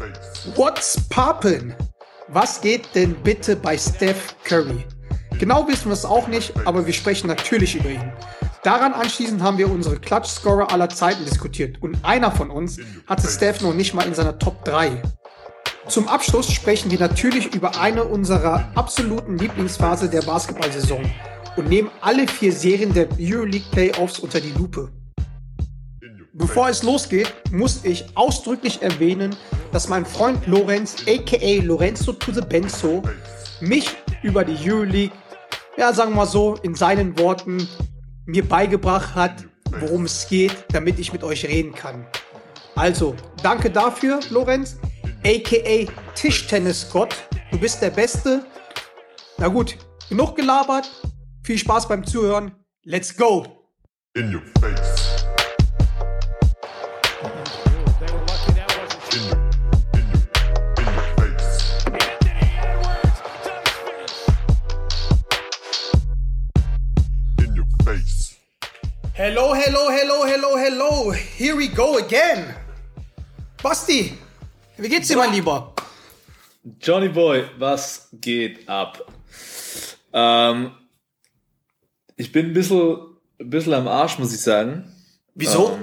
What's poppin'? Was geht denn bitte bei Steph Curry? Genau wissen wir es auch nicht, aber wir sprechen natürlich über ihn. Daran anschließend haben wir unsere Clutch-Scorer aller Zeiten diskutiert und einer von uns hatte Steph noch nicht mal in seiner Top 3. Zum Abschluss sprechen wir natürlich über eine unserer absoluten Lieblingsphase der Basketball-Saison und nehmen alle 4 Serien der Euroleague Playoffs unter die Lupe. Bevor es losgeht, muss ich ausdrücklich erwähnen, dass mein Freund Lorenz, aka Lorenzo to the Benzo, mich über die Euroleague, sagen wir mal so, in seinen Worten, mir beigebracht hat, worum es geht, damit ich mit euch reden kann. Also, danke dafür, Lorenz, aka Tischtennis-Gott, du bist der Beste. Na gut, genug gelabert, viel Spaß beim Zuhören, let's go! In your face. Hello, hello, hello, hello, hello. Here we go again. Basti, wie geht's dir, mein Lieber? Johnny Boy, was geht ab? Ich bin ein bisschen am Arsch, muss ich sagen. Wieso?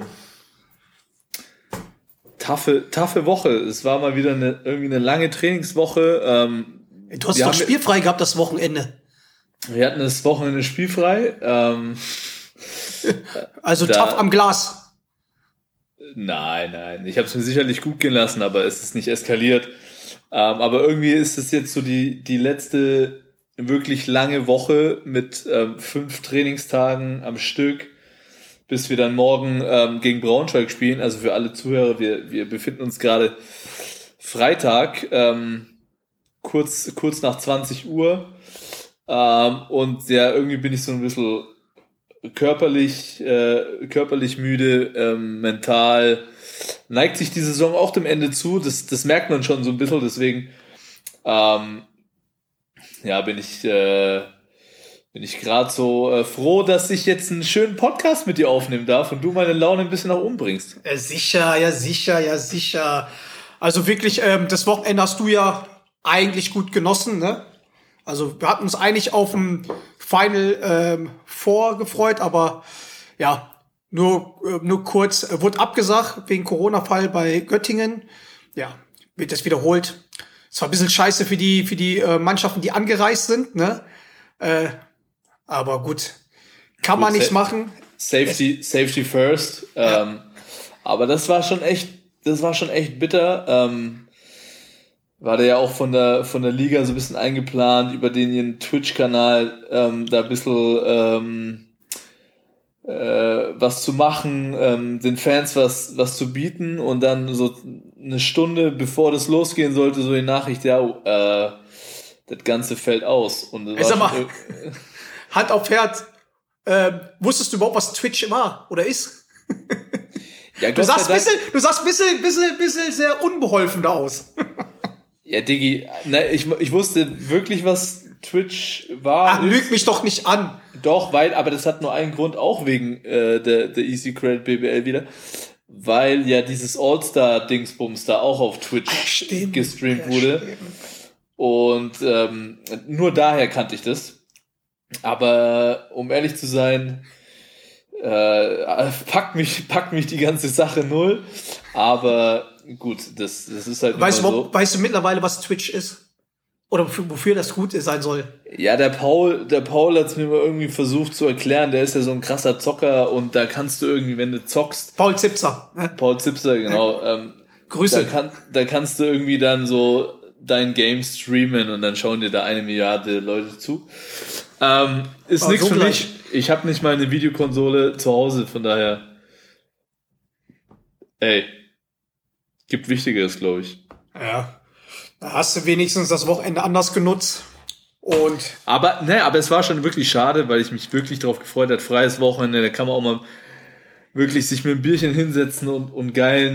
Taffe Woche. Es war mal wieder irgendwie eine lange Trainingswoche. Du hast doch spielfrei gehabt das Wochenende. Wir hatten das Wochenende spielfrei. Also tough am Glas. Nein. Ich habe es mir sicherlich gut gehen lassen, aber es ist nicht eskaliert. Aber irgendwie ist es jetzt so die letzte wirklich lange Woche mit 5 Trainingstagen am Stück, bis wir dann morgen gegen Braunschweig spielen. Also für alle Zuhörer, wir befinden uns gerade Freitag, kurz nach 20 Uhr. Und ja, irgendwie bin ich so ein bisschen körperlich müde, mental neigt sich die Saison auch dem Ende zu. Das merkt man schon so ein bisschen. Deswegen bin ich gerade so froh, dass ich jetzt einen schönen Podcast mit dir aufnehmen darf und du meine Laune ein bisschen nach oben bringst. Ja, sicher. Also wirklich, das Wochenende hast du ja eigentlich gut genossen, ne? Also wir hatten uns eigentlich auf ein Final vorgefreut, aber ja, nur kurz, wurde abgesagt wegen Corona-Fall bei Göttingen. Ja, wird das wiederholt. Es war ein bisschen scheiße für die Mannschaften, die angereist sind, ne? Aber gut, kann man nichts machen. Safety first. Ja. Aber das war schon echt bitter. War der ja auch von der Liga so ein bisschen eingeplant, über ihren Twitch-Kanal da ein bisschen was zu machen, den Fans was zu bieten und dann so eine Stunde bevor das losgehen sollte, so die Nachricht, das Ganze fällt aus. Und das sag mal, Hand auf Herz, wusstest du überhaupt, was Twitch war oder ist? Ja, du sahst ein bisschen sehr unbeholfen da aus. Ja, Diggi, ich wusste wirklich, was Twitch war. Ach, lüg mich doch nicht an. Doch, aber das hat nur einen Grund, auch wegen der Easy Credit BBL wieder, weil ja dieses All-Star-Dingsbums da auch auf Twitch gestreamt wurde. Stimmt. Und nur daher kannte ich das. Aber um ehrlich zu sein, packt mich die ganze Sache null. Aber gut, das ist halt weißt immer so. Weißt du mittlerweile, was Twitch ist? Oder wofür das gut sein soll? Ja, der Paul hat es mir mal irgendwie versucht zu erklären. Der ist ja so ein krasser Zocker und da kannst du irgendwie, wenn du zockst... Paul Zipser, genau. Grüße. Da kannst du irgendwie dann so dein Game streamen und dann schauen dir da 1 Milliarde Leute zu. Ist nichts für mich. Ich habe nicht mal eine Videokonsole zu Hause, von daher... Gibt Wichtigeres, glaube ich. Ja. Da hast du wenigstens das Wochenende anders genutzt. Aber es war schon wirklich schade, weil ich mich wirklich darauf gefreut habe. Freies Wochenende, da kann man auch mal wirklich sich mit einem Bierchen hinsetzen und ein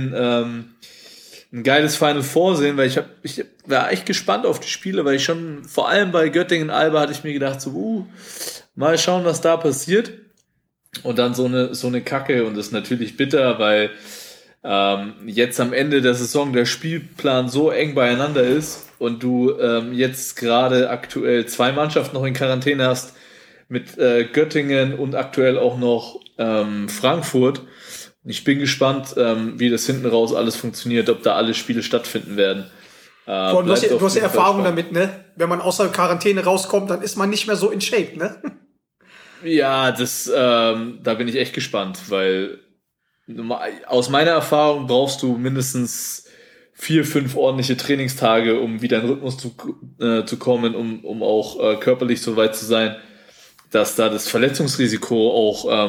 geiles Final Four sehen, weil ich war echt gespannt auf die Spiele, weil ich schon, vor allem bei Göttingen-Alba hatte ich mir gedacht, so, mal schauen, was da passiert. Und dann so eine Kacke, und das ist natürlich bitter, weil jetzt am Ende der Saison der Spielplan so eng beieinander ist und du jetzt gerade aktuell 2 Mannschaften noch in Quarantäne hast mit Göttingen und aktuell auch noch Frankfurt. Ich bin gespannt, wie das hinten raus alles funktioniert, ob da alle Spiele stattfinden werden. Du hast ja Erfahrung damit, ne? Wenn man außer Quarantäne rauskommt, dann ist man nicht mehr so in Shape, ne? Ja, da bin ich echt gespannt, weil aus meiner Erfahrung brauchst du mindestens 4-5 ordentliche Trainingstage, um wieder in Rhythmus zu kommen, um auch körperlich so weit zu sein, dass da das Verletzungsrisiko auch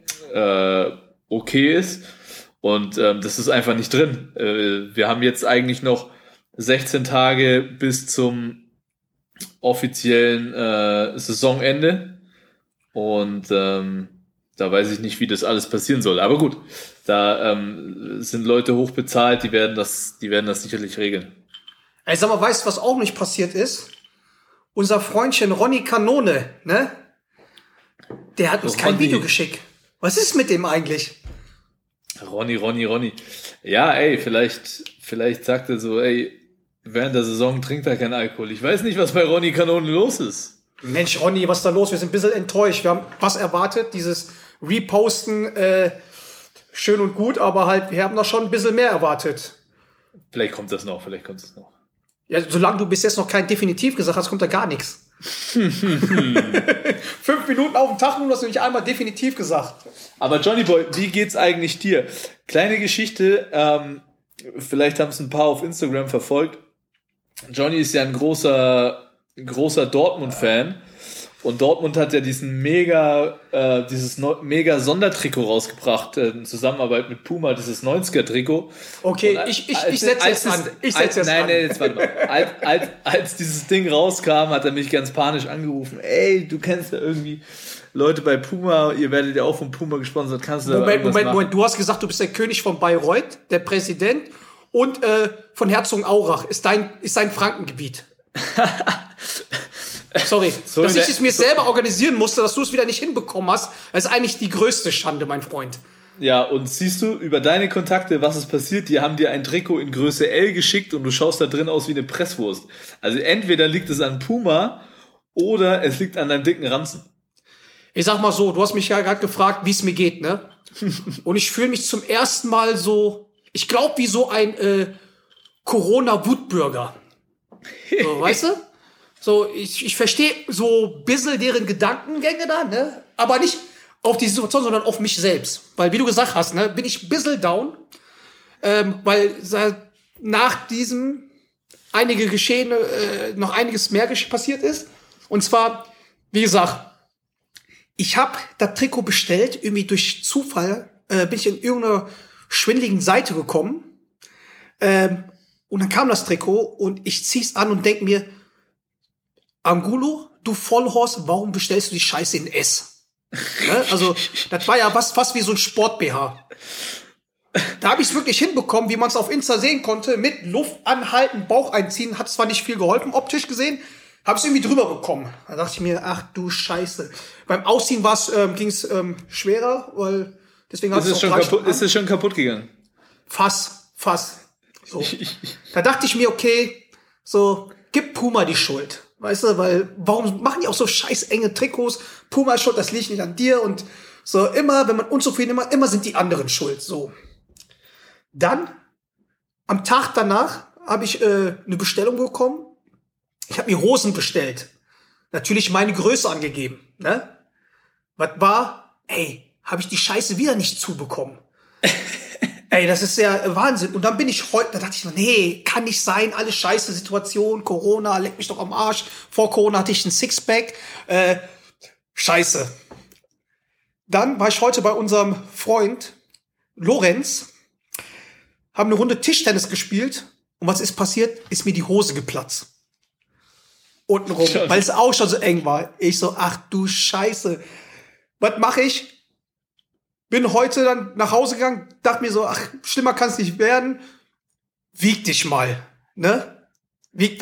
okay ist. Und das ist einfach nicht drin. Wir haben jetzt eigentlich noch 16 Tage bis zum offiziellen Saisonende. Und da weiß ich nicht, wie das alles passieren soll. Aber gut, da sind Leute hochbezahlt, die werden das sicherlich regeln. Ey, sag mal, weißt du, was auch nicht passiert ist? Unser Freundchen Ronny Kanone, ne? Der hat uns kein Video geschickt. Was ist mit dem eigentlich? Ronny. Ja, ey, vielleicht sagt er so, ey, während der Saison trinkt er keinen Alkohol. Ich weiß nicht, was bei Ronny Kanone los ist. Mensch, Ronny, was ist da los? Wir sind ein bisschen enttäuscht. Wir haben was erwartet, dieses Reposten, schön und gut, aber halt, wir haben noch schon ein bisschen mehr erwartet. Vielleicht kommt es noch. Ja, solange du bis jetzt noch kein Definitiv gesagt hast, kommt da gar nichts. 5 Minuten auf dem Tag, nur hast du nicht einmal definitiv gesagt. Aber Johnny Boy, wie geht's eigentlich dir? Kleine Geschichte, vielleicht haben es ein paar auf Instagram verfolgt. Johnny ist ja ein großer Dortmund-Fan. Und Dortmund hat ja dieses mega Sondertrikot rausgebracht, in Zusammenarbeit mit Puma, dieses 90er-Trikot. Okay, ich setze jetzt an. Jetzt warte mal. Als dieses Ding rauskam, hat er mich ganz panisch angerufen. Ey, du kennst ja irgendwie Leute bei Puma, ihr werdet ja auch von Puma gesponsert. Kannst du da Moment. Du hast gesagt, du bist der König von Bayreuth, der Präsident und von Herzogenaurach ist dein Frankengebiet. Sorry, dass ich es mir selber organisieren musste, dass du es wieder nicht hinbekommen hast, das ist eigentlich die größte Schande, mein Freund. Ja, und siehst du, über deine Kontakte, was ist passiert? Die haben dir ein Trikot in Größe L geschickt und du schaust da drin aus wie eine Presswurst. Also entweder liegt es an Puma oder es liegt an deinem dicken Ranzen. Ich sag mal so, du hast mich ja gerade gefragt, wie es mir geht, ne? Und ich fühle mich zum ersten Mal so, ich glaube, wie so ein Corona-Wutbürger. So, weißt du? So, ich verstehe so ein bisschen deren Gedankengänge da, ne? Aber nicht auf die Situation, sondern auf mich selbst. Weil, wie du gesagt hast, ne, bin ich ein bisschen down, weil nach diesem einige Geschehene noch einiges mehr passiert ist. Und zwar, wie gesagt, ich habe das Trikot bestellt, irgendwie durch Zufall bin ich in irgendeiner schwindeligen Seite gekommen. Und dann kam das Trikot und ich zieh's an und denk mir, Angulo, du Vollhorst, warum bestellst du die Scheiße in S? Ne? Also, das war ja fast wie so ein Sport-BH. Da habe ich es wirklich hinbekommen, wie man es auf Insta sehen konnte, mit Luft anhalten, Bauch einziehen, hat zwar nicht viel geholfen, optisch gesehen, habe es irgendwie drüber bekommen. Da dachte ich mir, ach du Scheiße. Beim Ausziehen ging es schwerer, weil deswegen hat es Ist es schon kaputt gegangen? Fast. So. Da dachte ich mir, okay, so, gib Puma die Schuld. Weißt du, weil, warum machen die auch so scheiß enge Trikots? Puma ist schuld, das liegt nicht an dir und so, immer, wenn man unzufrieden ist, immer sind die anderen schuld, so. Dann, am Tag danach, habe ich eine Bestellung bekommen. Ich habe mir Hosen bestellt. Natürlich meine Größe angegeben, ne? Was war? Ey, habe ich die Scheiße wieder nicht zubekommen. Ey, das ist ja Wahnsinn. Und dann bin ich heute, da dachte ich mir, nee, kann nicht sein, alles scheiße Situation, Corona, leck mich doch am Arsch. Vor Corona hatte ich ein Sixpack. Scheiße. Dann war ich heute bei unserem Freund Lorenz, haben eine Runde Tischtennis gespielt. Und was ist passiert? Ist mir die Hose geplatzt. Untenrum, weil es auch schon so eng war. Ich so, ach du Scheiße. Was mache ich? Bin heute dann nach Hause gegangen, dachte mir so, ach, schlimmer kann es nicht werden. Wieg dich mal, ne? Wieg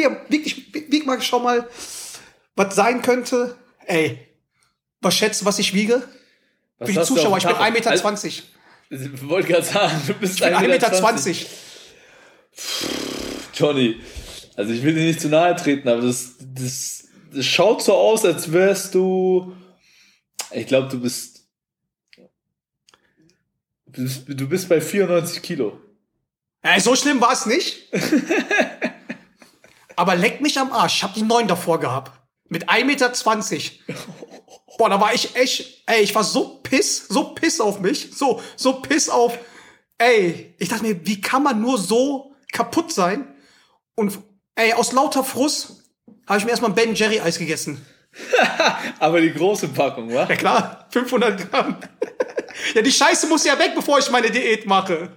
mal, schau mal, was sein könnte. Ey, was schätzt du, was ich wiege? Für die Zuschauer, ich bin 1,20 Meter. Ich wollte gerade sagen, du bist 1,20 Meter. 1,20 Meter. Johnny, also ich will dir nicht zu nahe treten, aber das schaut so aus, als wärst du, ich glaube, du bist bei 94 Kilo. So schlimm war es nicht. Aber leck mich am Arsch. Ich habe die 9 davor gehabt. Mit 1,20 Meter. Boah, da war ich echt, ich war so piss auf mich. So piss auf, ich dachte mir, wie kann man nur so kaputt sein? Und, aus lauter Frust habe ich mir erstmal ein Ben Jerry Eis gegessen. Aber die große Packung, wa? Ja klar, 500 Gramm. Ja, die Scheiße muss ja weg, bevor ich meine Diät mache.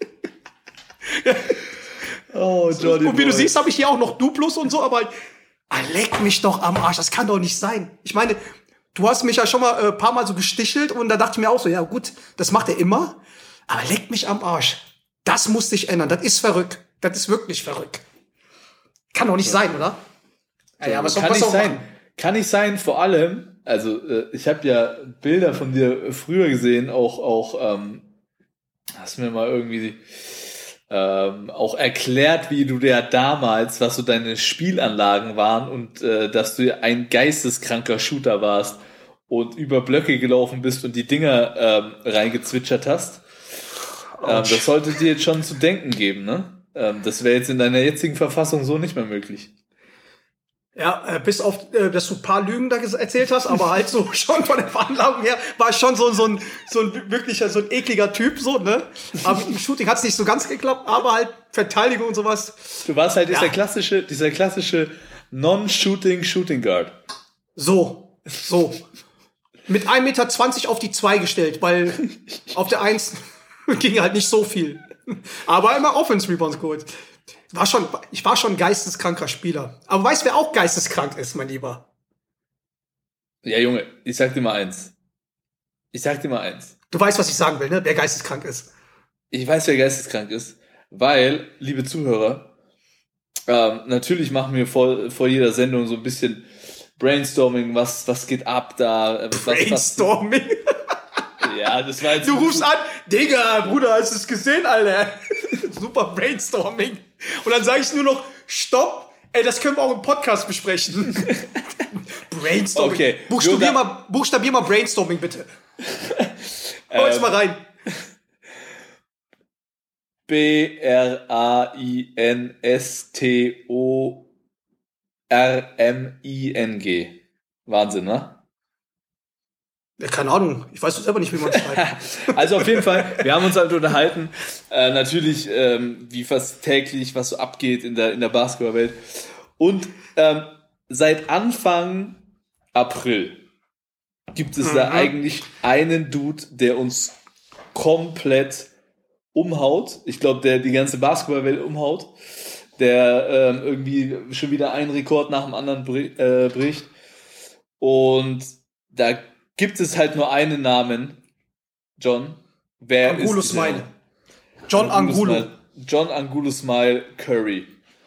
Oh, Johnny. Und wie du siehst, habe ich hier auch noch Duplos und so, aber leck mich doch am Arsch, das kann doch nicht sein. Ich meine, du hast mich ja schon mal ein paar Mal so gestichelt und da dachte ich mir auch so, ja gut, das macht er immer, aber leck mich am Arsch. Das muss sich ändern, das ist verrückt. Das ist wirklich verrückt. Kann doch nicht sein, oder? Ja, was kann nicht sein. Machen? Kann nicht sein, vor allem, also ich habe ja Bilder von dir früher gesehen, auch hast mir mal irgendwie auch erklärt, wie du dir damals, was so deine Spielanlagen waren und dass du ein geisteskranker Shooter warst und über Blöcke gelaufen bist und die Dinger reingezwitschert hast. Das sollte dir jetzt schon zu denken geben, ne? Das wäre jetzt in deiner jetzigen Verfassung so nicht mehr möglich. Ja, bis auf, dass du ein paar Lügen da erzählt hast, aber halt so schon von der Veranlagung her war ich schon so ein wirklicher, so ein ekliger Typ, so, ne? Aber im Shooting hat's nicht so ganz geklappt, aber halt Verteidigung und sowas. Du warst halt dieser klassische Non-Shooting Guard. So. Mit 1,20 Meter auf die 2 gestellt, weil auf der 1 ging halt nicht so viel. Aber immer Offense-Rebounds geholt. Ich war schon ein geisteskranker Spieler. Aber weißt du, wer auch geisteskrank ist, mein Lieber? Ja, Junge, ich sag dir mal eins. Du weißt, was ich sagen will, ne? Wer geisteskrank ist. Ich weiß, wer geisteskrank ist, weil, liebe Zuhörer, natürlich machen wir vor jeder Sendung so ein bisschen Brainstorming, was geht ab da. Brainstorming? Ja, das war jetzt... Du rufst an, Digga, Bruder, hast du es gesehen, Alter? Super Brainstorming. Und dann sage ich nur noch, stopp, das können wir auch im Podcast besprechen. Brainstorming. Okay. Buchstabier mal Brainstorming, bitte. Hau jetzt mal rein. BRAINSTORMING. Wahnsinn, ne? Ja, keine Ahnung. Ich weiß selber nicht, wie man schreibt. Also auf jeden Fall, wir haben uns halt unterhalten. Natürlich, wie fast täglich, was so abgeht in der Basketballwelt. Und seit Anfang April gibt es da eigentlich einen Dude, der uns komplett umhaut. Ich glaube, der die ganze Basketballwelt umhaut. Der irgendwie schon wieder einen Rekord nach dem anderen bricht. Und da gibt es halt nur einen Namen. John. Wer Angulo ist Smile. John Angulo. John Angulo Smile Curry.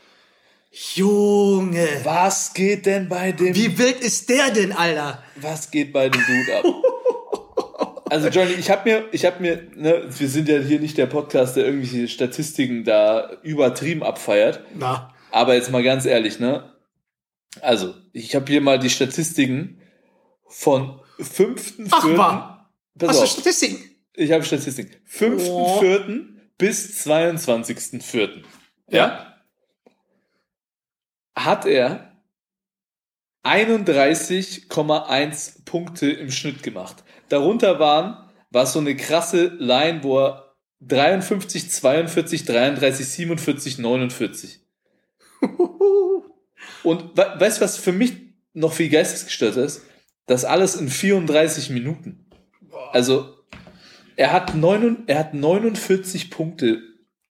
Junge. Was geht denn bei dem... Wie wild ist der denn, Alter? Was geht bei dem Dude ab? Also Johnny, ich hab mir, ne, wir sind ja hier nicht der Podcast, der irgendwelche Statistiken da übertrieben abfeiert. Na. Aber jetzt mal ganz ehrlich, ne? Also, ich habe hier mal die Statistiken von 5.4. Ach, war. Hast du Statistiken? Ich habe Statistiken. 5.4. bis 22.4. Ja? Hat er 31,1 Punkte im Schnitt gemacht. Darunter war so eine krasse Line, wo er 53, 42, 33, 47, 49. Und weißt du, was für mich noch viel geistesgestört ist? Das alles in 34 Minuten. Also, er hat 49 Punkte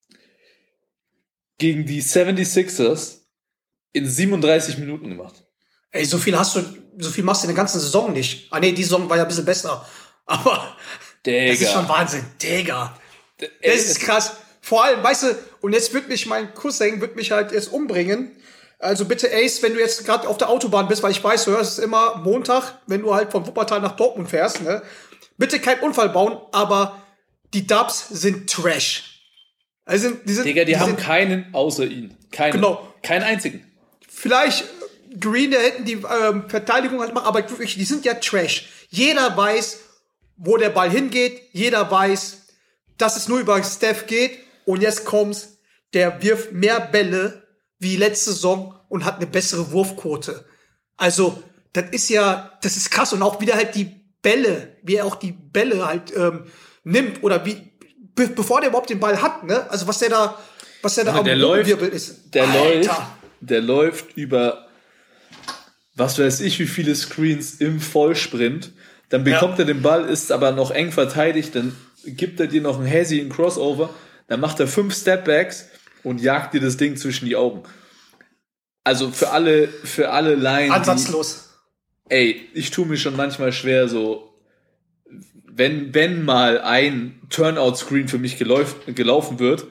gegen die 76ers in 37 Minuten gemacht. Ey, so viel machst du in der ganzen Saison nicht. Ah nee, die Saison war ja ein bisschen besser. Aber Digga. Das ist schon Wahnsinn. Digga. Das ist krass. Vor allem, weißt du, und jetzt mein Cousin wird mich halt erst umbringen. Also bitte, Ace, wenn du jetzt gerade auf der Autobahn bist, weil ich weiß, du hörst es immer Montag, wenn du halt von Wuppertal nach Dortmund fährst, ne? Bitte keinen Unfall bauen, aber die Dubs sind Trash. Also die haben keinen außer ihn. Genau. Keinen einzigen. Vielleicht Green, der hätten die Verteidigung halt machen, aber wirklich, die sind ja Trash. Jeder weiß, wo der Ball hingeht. Jeder weiß, dass es nur über Steph geht. Und jetzt kommt's, der wirft mehr Bälle wie letzte Saison und hat eine bessere Wurfquote. Also, das ist krass. Und auch wieder halt wie er auch die Bälle halt nimmt oder bevor der überhaupt den Ball hat, ne? Also was der da am Wirbel ist. Der läuft über was weiß ich, wie viele Screens im Vollsprint. Dann bekommt er den Ball, ist aber noch eng verteidigt, dann gibt er dir noch einen Hazy, einen Crossover, dann macht er 5 Stepbacks und jagt dir das Ding zwischen die Augen. Also für alle Line. Ansatzlos. Ich tue mir schon manchmal schwer, so, wenn mal ein Turnout-Screen für mich gelaufen wird,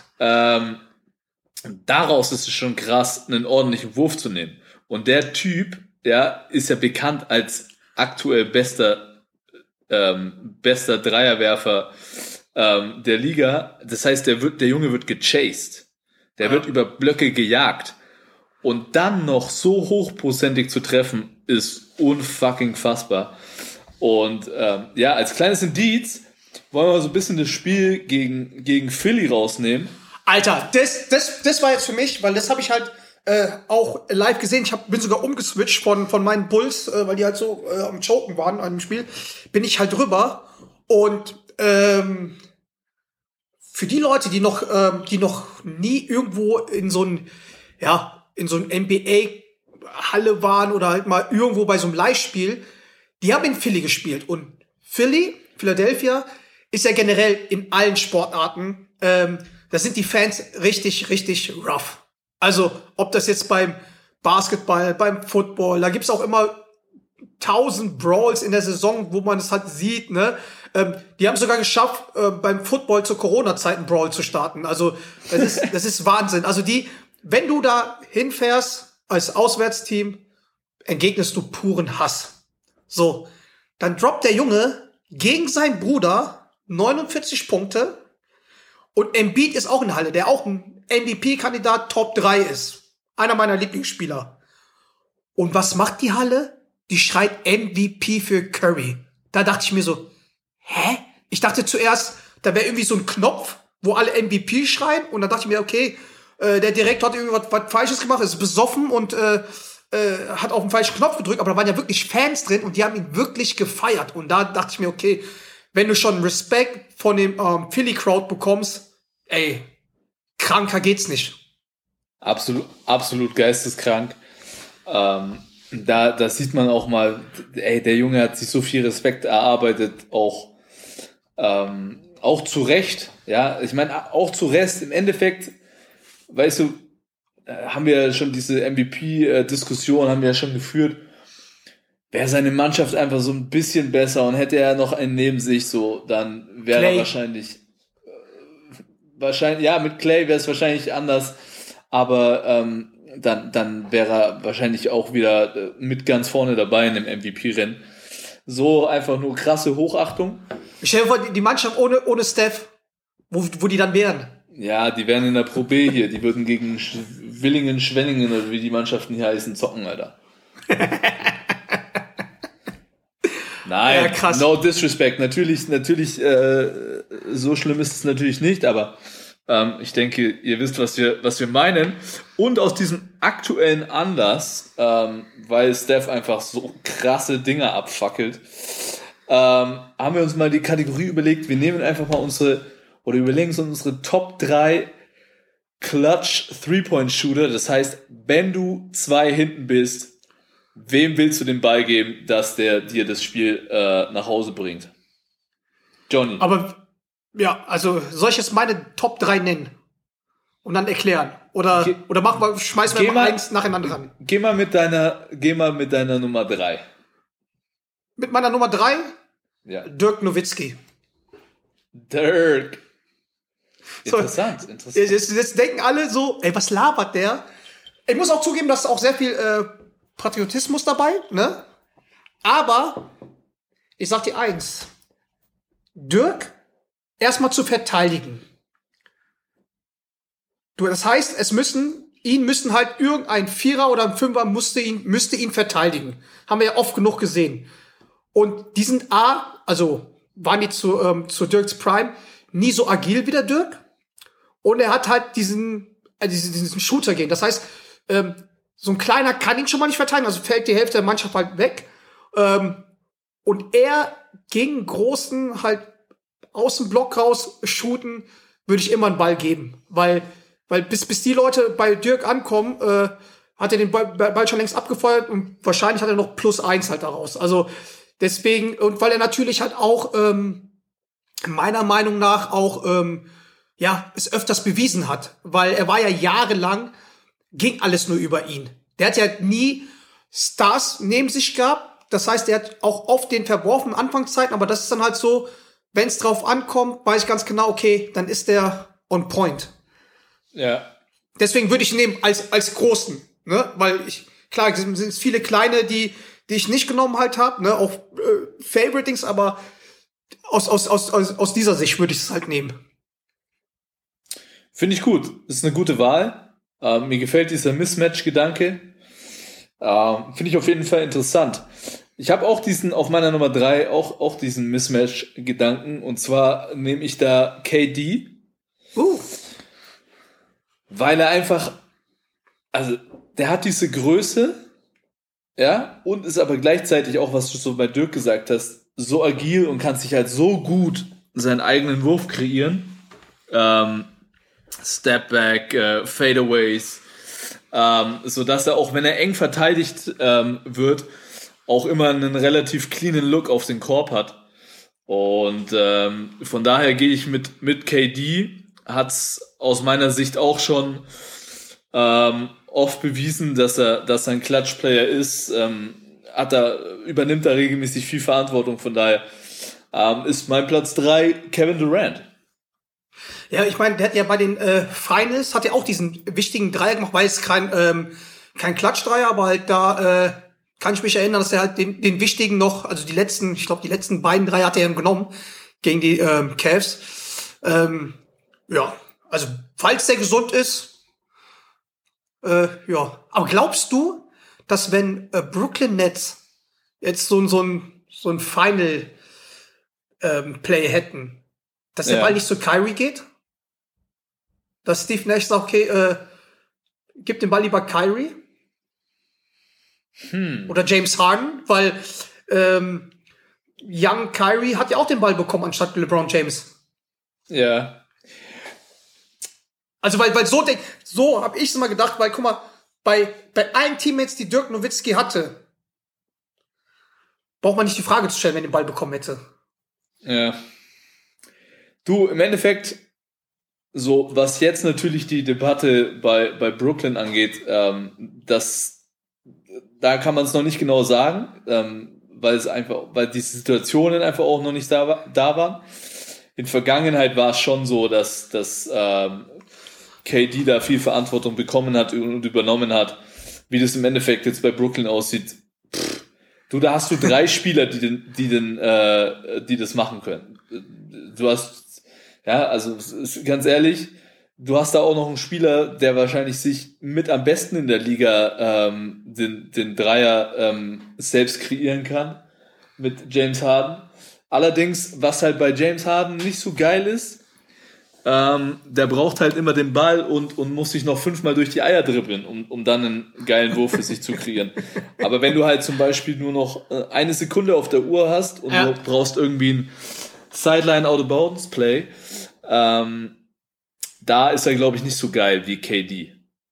daraus ist es schon krass, einen ordentlichen Wurf zu nehmen. Und der Typ, ist ja bekannt als aktuell bester Dreierwerfer der Liga. Das heißt, der Junge wird gechased. Der wird über Blöcke gejagt. Und dann noch so hochprozentig zu treffen, ist unfucking fassbar. Und als kleines Indiz wollen wir so ein bisschen das Spiel gegen Philly rausnehmen. Alter, das war jetzt für mich, weil das habe ich halt auch live gesehen. Bin sogar umgeswitcht von meinen Bulls, weil die halt so am Choken waren an dem Spiel. Bin ich halt drüber. Und für die Leute, die noch nie irgendwo in so ein NBA-Halle waren oder halt mal irgendwo bei so einem Live-Spiel, die haben in Philly gespielt. Und Philadelphia, ist ja generell in allen Sportarten, da sind die Fans richtig, richtig rough. Also, ob das jetzt beim Basketball, beim Football, da gibt's auch immer 1000 Brawls in der Saison, wo man es halt sieht, ne? Die haben es sogar geschafft, beim Football zur Corona-Zeit einen Brawl zu starten. Also, das ist Wahnsinn. Also wenn du da hinfährst als Auswärtsteam, entgegnest du puren Hass. So, dann droppt der Junge gegen seinen Bruder 49 Punkte und Embiid ist auch in der Halle, der auch ein MVP-Kandidat Top 3 ist. Einer meiner Lieblingsspieler. Und was macht die Halle? Die schreit MVP für Curry. Da dachte ich mir so, hä? Ich dachte zuerst, da wäre irgendwie so ein Knopf, wo alle MVP schreien. Und dann dachte ich mir, okay, der Direktor hat irgendwie was Falsches gemacht, ist besoffen und hat auf den falschen Knopf gedrückt. Aber da waren ja wirklich Fans drin und die haben ihn wirklich gefeiert. Und da dachte ich mir, okay, wenn du schon Respekt von dem Philly-Crowd bekommst, kranker geht's nicht. Absolut geisteskrank. Da sieht man auch mal, der Junge hat sich so viel Respekt erarbeitet, auch zu Recht. Ja, ich meine, auch zu Recht. Im Endeffekt, weißt du, haben wir schon diese MVP-Diskussion, haben wir ja schon geführt. Wäre seine Mannschaft einfach so ein bisschen besser und hätte er noch einen neben sich, so, dann wäre er wahrscheinlich, ja, mit Clay wäre es wahrscheinlich anders, aber dann wäre er wahrscheinlich auch wieder mit ganz vorne dabei in dem MVP-Rennen. So einfach nur krasse Hochachtung. Ich stell mir vor, die Mannschaft ohne Steph, wo die dann wären. Ja, die wären in der Pro B hier, die würden gegen Willingen, Schwenningen oder wie die Mannschaften hier heißen, zocken, Alter. Nein, ja, krass. No disrespect. Natürlich, so schlimm ist es natürlich nicht, aber ich denke, ihr wisst, was wir meinen. Und aus diesem aktuellen Anlass, weil Steph einfach so krasse Dinge abfackelt, haben wir uns mal die Kategorie überlegt, wir nehmen einfach mal überlegen uns unsere Top 3 Clutch 3-Point-Shooter. Das heißt, wenn du 2 hinten bist, wem willst du den Ball geben, dass der dir das Spiel nach Hause bringt? Johnny. Aber, ja, also, soll ich jetzt meine Top 3 nennen? Und dann erklären? Oder schmeißen wir mal eins nacheinander ran? Geh mal mit deiner Nummer 3. Mit meiner Nummer 3? Ja. Dirk Nowitzki. Dirk. Interessant. Jetzt denken alle so, was labert der? Ich muss auch zugeben, dass auch sehr viel Patriotismus dabei, ne? Aber ich sag dir eins. Dirk erstmal zu verteidigen. Das heißt, ihn müssen halt irgendein Vierer oder ein Fünfer müsste ihn verteidigen. Haben wir ja oft genug gesehen. Und die sind waren die zu Dirks Prime nie so agil wie der Dirk. Und er hat halt diesen Shooter gehen. Das heißt, so ein Kleiner kann ihn schon mal nicht verteidigen, also fällt die Hälfte der Mannschaft halt weg. Und er gegen Großen halt aus dem Block raus shooten, würde ich immer einen Ball geben. Weil bis die Leute bei Dirk ankommen, hat er den Ball schon längst abgefeuert und wahrscheinlich hat er noch +1 halt daraus. Also deswegen, und weil er natürlich halt auch meiner Meinung nach auch es öfters bewiesen hat. Weil er war ja jahrelang, ging alles nur über ihn. Der hat ja nie Stars neben sich gehabt. Das heißt, er hat auch oft den verworfen in Anfangszeiten, aber das ist dann halt so, wenn es drauf ankommt, weiß ich ganz genau, okay, dann ist der on point. Ja. Deswegen würde ich ihn nehmen als Großen, ne? Weil klar, es sind viele Kleine, die ich nicht genommen halt habe, ne? Auch Favoritings, aber aus dieser Sicht würde ich es halt nehmen. Finde ich gut. Das ist eine gute Wahl. Mir gefällt dieser Mismatch-Gedanke. Finde ich auf jeden Fall interessant. Ich habe auch auf meiner Nummer 3 auch diesen Mismatch-Gedanken. Und zwar nehme ich da KD. Weil er einfach, also der hat diese Größe, ja, und ist aber gleichzeitig auch, was du so bei Dirk gesagt hast, so agil und kann sich halt so gut seinen eigenen Wurf kreieren. Stepback, Fadeaways, sodass er auch, wenn er eng verteidigt wird, auch immer einen relativ cleanen Look auf den Korb hat. Und von daher gehe ich mit KD, hat's aus meiner Sicht auch schon oft bewiesen, dass er ein Clutch-Player ist, übernimmt er regelmäßig viel Verantwortung, von daher ist mein Platz 3 Kevin Durant. Ja, ich meine, der hat ja bei den Finals, hat ja auch diesen wichtigen Dreier gemacht, weil es kein Klatschdreier, aber halt da kann ich mich erinnern, dass er halt den wichtigen noch, also die letzten beiden Dreier hat er genommen gegen die Cavs. Ja, also falls der gesund ist, ja. Aber glaubst du, dass wenn Brooklyn Nets jetzt so ein Final Play hätten, dass der Ball nicht zu Kyrie geht? Dass Steve Nash sagt, okay, gib den Ball lieber Kyrie? Oder James Harden, weil Young Kyrie hat ja auch den Ball bekommen anstatt LeBron James. Ja. Also weil so habe ich es immer gedacht, weil guck mal, bei allen Teammates, die Dirk Nowitzki hatte, braucht man nicht die Frage zu stellen, wenn er den Ball bekommen hätte. Ja. Du, im Endeffekt, so, was jetzt natürlich die Debatte bei Brooklyn angeht, da kann man es noch nicht genau sagen, weil diese Situationen einfach auch noch nicht da waren. In Vergangenheit war es schon so, dass KD da viel Verantwortung bekommen hat und übernommen hat. Wie das im Endeffekt jetzt bei Brooklyn aussieht, da hast du 3 Spieler, die das machen können. Du hast, ja, also ganz ehrlich, du hast da auch noch einen Spieler, der wahrscheinlich sich mit am besten in der Liga den Dreier selbst kreieren kann mit James Harden. Allerdings, was halt bei James Harden nicht so geil ist, der braucht halt immer den Ball und muss sich noch 5-mal durch die Eier dribbeln, um dann einen geilen Wurf für sich zu kreieren. Aber wenn du halt zum Beispiel nur noch 1 Sekunde auf der Uhr hast und du brauchst irgendwie ein Sideline-Out-of-Bounds-Play, da ist er, glaube ich, nicht so geil wie KD.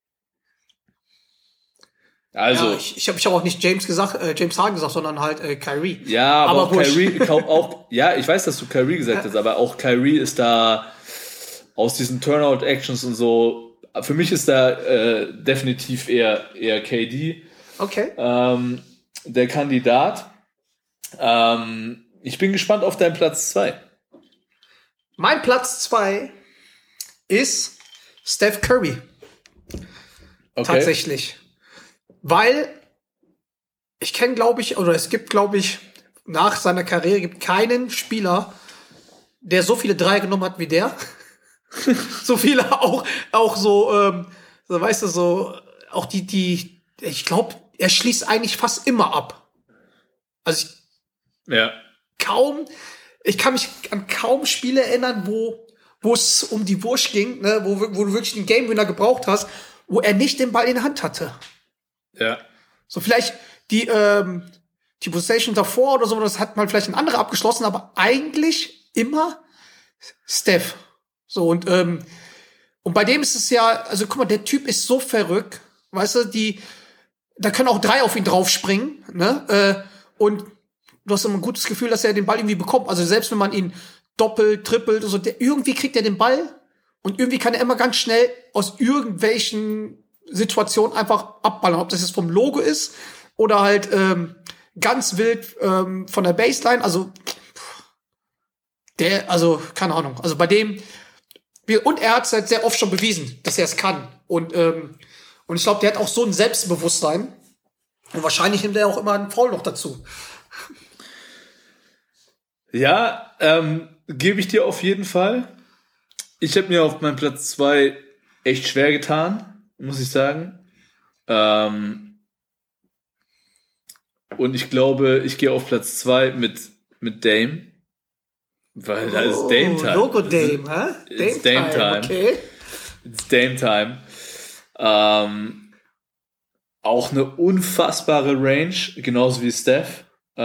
Also, ja, ich hab auch nicht James Harden gesagt, sondern halt Kyrie. Ja, aber auch Kyrie, ja, ich weiß, dass du Kyrie gesagt hast, aber auch Kyrie ist da aus diesen Turnout-Actions und so, für mich ist da definitiv eher KD. Okay. Der Kandidat. Ich bin gespannt auf deinen Platz 2. Mein Platz 2 ist Steph Curry. Okay. Tatsächlich. Weil es gibt, glaube ich, nach seiner Karriere gibt keinen Spieler, der so viele Dreier genommen hat wie der. So viele auch so, so, weißt du, so, auch ich glaube, er schließt eigentlich fast immer ab. Also ich kann mich an kaum Spiele erinnern, wo es um die Wurst ging, ne, wo du wirklich den Game Winner gebraucht hast, wo er nicht den Ball in der Hand hatte. Ja. So vielleicht die Possession davor oder so, das hat mal vielleicht ein anderer abgeschlossen, aber eigentlich immer Steph. So, und bei dem ist es ja, also guck mal, der Typ ist so verrückt, weißt du, da können auch 3 auf ihn draufspringen, ne, und du hast immer ein gutes Gefühl, dass er den Ball irgendwie bekommt. Also selbst wenn man ihn doppelt, trippelt, so, irgendwie kriegt er den Ball und irgendwie kann er immer ganz schnell aus irgendwelchen Situationen einfach abballern. Ob das jetzt vom Logo ist oder halt ganz wild von der Baseline. Also keine Ahnung. Also bei dem, und er hat es halt sehr oft schon bewiesen, dass er es kann. Und ich glaube, der hat auch so ein Selbstbewusstsein. Und wahrscheinlich nimmt er auch immer einen Foul noch dazu. Ja, gebe ich dir auf jeden Fall. Ich habe mir auf meinem Platz 2 echt schwer getan, muss ich sagen. Und ich glaube, ich gehe auf Platz 2 mit Dame. Weil da ist Dame Time. Logo Dame, hä? It's Dame Time. Okay. It's Dame Time. Auch eine unfassbare Range, genauso wie Steph.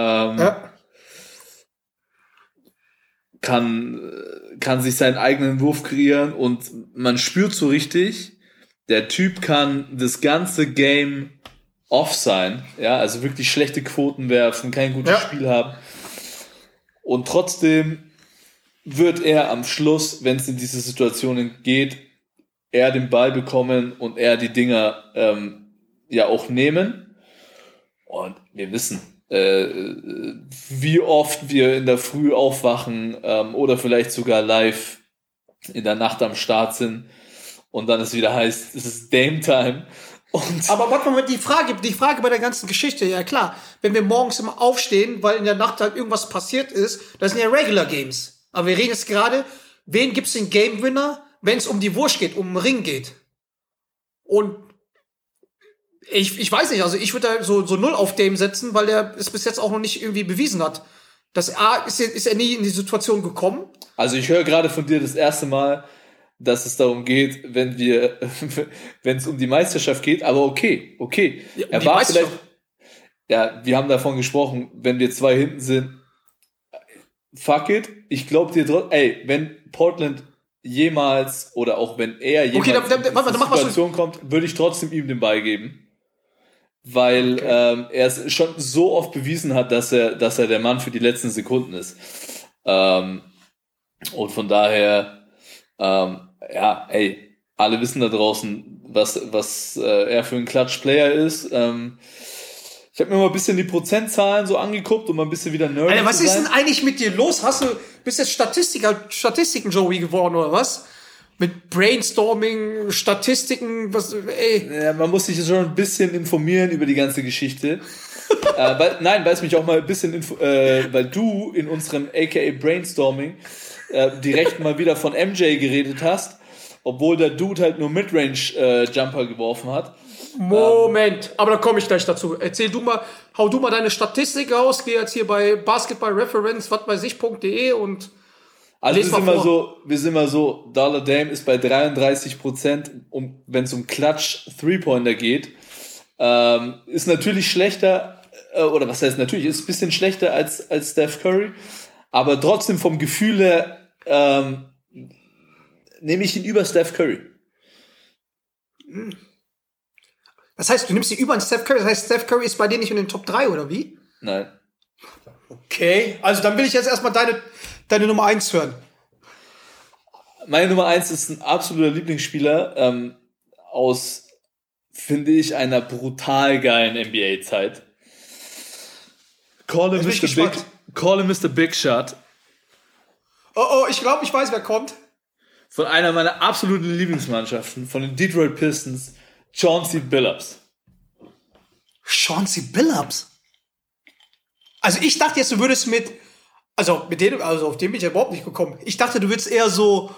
Kann sich seinen eigenen Wurf kreieren und man spürt so richtig, der Typ kann das ganze Game off sein, ja, also wirklich schlechte Quoten werfen, kein gutes Spiel haben und trotzdem wird er am Schluss, wenn es in diese Situationen geht, er den Ball bekommen und er die Dinger ja auch nehmen und wir wissen, wie oft wir in der Früh aufwachen oder vielleicht sogar live in der Nacht am Start sind und dann es wieder heißt, es ist Dame Time. Aber warte mal, die Frage bei der ganzen Geschichte, ja klar, wenn wir morgens immer aufstehen, weil in der Nacht halt irgendwas passiert ist, das sind ja Regular Games. Aber wir reden jetzt gerade, wen gibt's den Game Winner, wenn es um die Wurst geht, um den Ring geht? Und ich weiß nicht, also ich würde da so 0 auf Dame setzen, weil der es bis jetzt auch noch nicht irgendwie bewiesen hat. Ist er nie in die Situation gekommen? Also ich höre gerade von dir das erste Mal, dass es darum geht, wenn es um die Meisterschaft geht, aber okay. Ja, er war vielleicht, ja, wir haben davon gesprochen, wenn wir 2 hinten sind, fuck it, ich glaube dir trotzdem, wenn Portland jemals, oder auch wenn er jemals in die Situation kommt, würde ich trotzdem ihm den Ball geben. Weil er es schon so oft bewiesen hat, dass er der Mann für die letzten Sekunden ist. Und von daher, alle wissen da draußen, was er für ein Clutch-Player ist. Ich habe mir mal ein bisschen die Prozentzahlen so angeguckt, um mal ein bisschen wieder nerdy Alter, was ist denn eigentlich mit dir los? Bist jetzt Statistiken-Joey geworden, oder was? Mit Brainstorming, Statistiken, was, ey. Ja, man muss sich schon ein bisschen informieren über die ganze Geschichte. weil es mich auch mal ein bisschen, weil du in unserem aka Brainstorming direkt mal wieder von MJ geredet hast, obwohl der Dude halt nur Midrange-Jumper geworfen hat. Moment, aber da komme ich gleich dazu. Hau du mal deine Statistik raus, geh jetzt hier bei Basketball Reference, wasweißich.de und also wir sind mal so, Dollar Dame ist bei 33%, wenn es um Clutch 3-Pointer geht. Ist natürlich schlechter, oder was heißt natürlich, ist ein bisschen schlechter als Steph Curry, aber trotzdem vom Gefühl her nehme ich ihn über Steph Curry. Das heißt, du nimmst ihn über Steph Curry, das heißt, Steph Curry ist bei dir nicht in den Top 3, oder wie? Nein. Okay, also dann will ich jetzt erstmal deine Nummer 1 hören. Meine Nummer 1 ist ein absoluter Lieblingsspieler aus, finde ich, einer brutal geilen NBA-Zeit. Call him Mr. Big Shot. Oh, ich glaube, ich weiß, wer kommt. Von einer meiner absoluten Lieblingsmannschaften, von den Detroit Pistons, Chauncey Billups. Chauncey Billups? Also ich dachte jetzt, du würdest mit Also auf den bin ich ja überhaupt nicht gekommen. Ich dachte, du würdest eher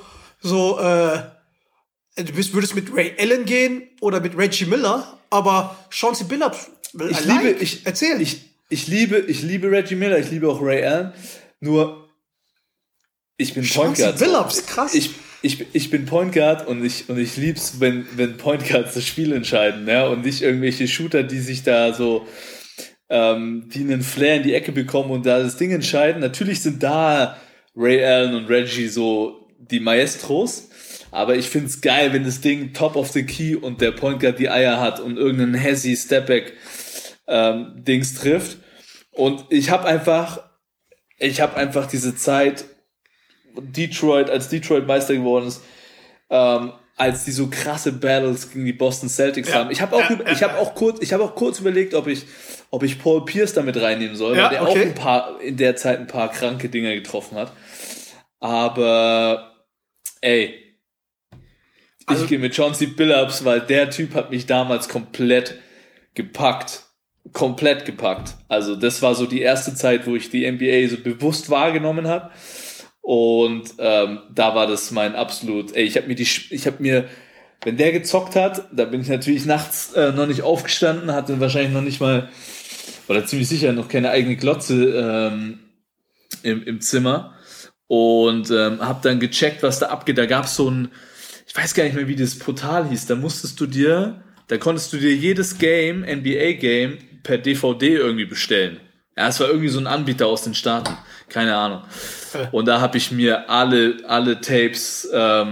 würdest mit Ray Allen gehen oder mit Reggie Miller, aber Chauncey Billups, erzähl. Ich liebe Reggie Miller, ich liebe auch Ray Allen, nur ich bin Point Guard. Billups, krass. Ich bin Point Guard und ich lieb's, wenn Point Guards das Spiel entscheiden, ja, und nicht irgendwelche Shooter, die sich da so die einen Flair in die Ecke bekommen und da das Ding entscheiden. Natürlich sind da Ray Allen und Reggie so die Maestros, aber ich find's geil, wenn das Ding top of the key und der Point Guard die Eier hat und irgendeinen Hezzy Stepback Dings trifft. Und ich habe einfach diese Zeit als Detroit Meister geworden ist, als die so krasse Battles gegen die Boston Celtics haben. Ich habe auch kurz überlegt, ob ich Paul Pierce damit reinnehmen soll, weil der auch in der Zeit ein paar kranke Dinger getroffen hat. Aber ich gehe mit Chauncey Billups, weil der Typ hat mich damals komplett gepackt. Also das war so die erste Zeit, wo ich die NBA so bewusst wahrgenommen habe. Und da war das mein absolut, wenn der gezockt hat, da bin ich natürlich nachts noch nicht aufgestanden, hatte wahrscheinlich noch nicht mal, oder ziemlich sicher noch keine eigene Glotze im Zimmer und habe dann gecheckt, was da abgeht. Da gab es so ein, ich weiß gar nicht mehr, wie das Portal hieß, da konntest du dir jedes Game, NBA-Game, per DVD irgendwie bestellen. Ja, es war irgendwie so ein Anbieter aus den Staaten. Keine Ahnung. Und da habe ich mir alle Tapes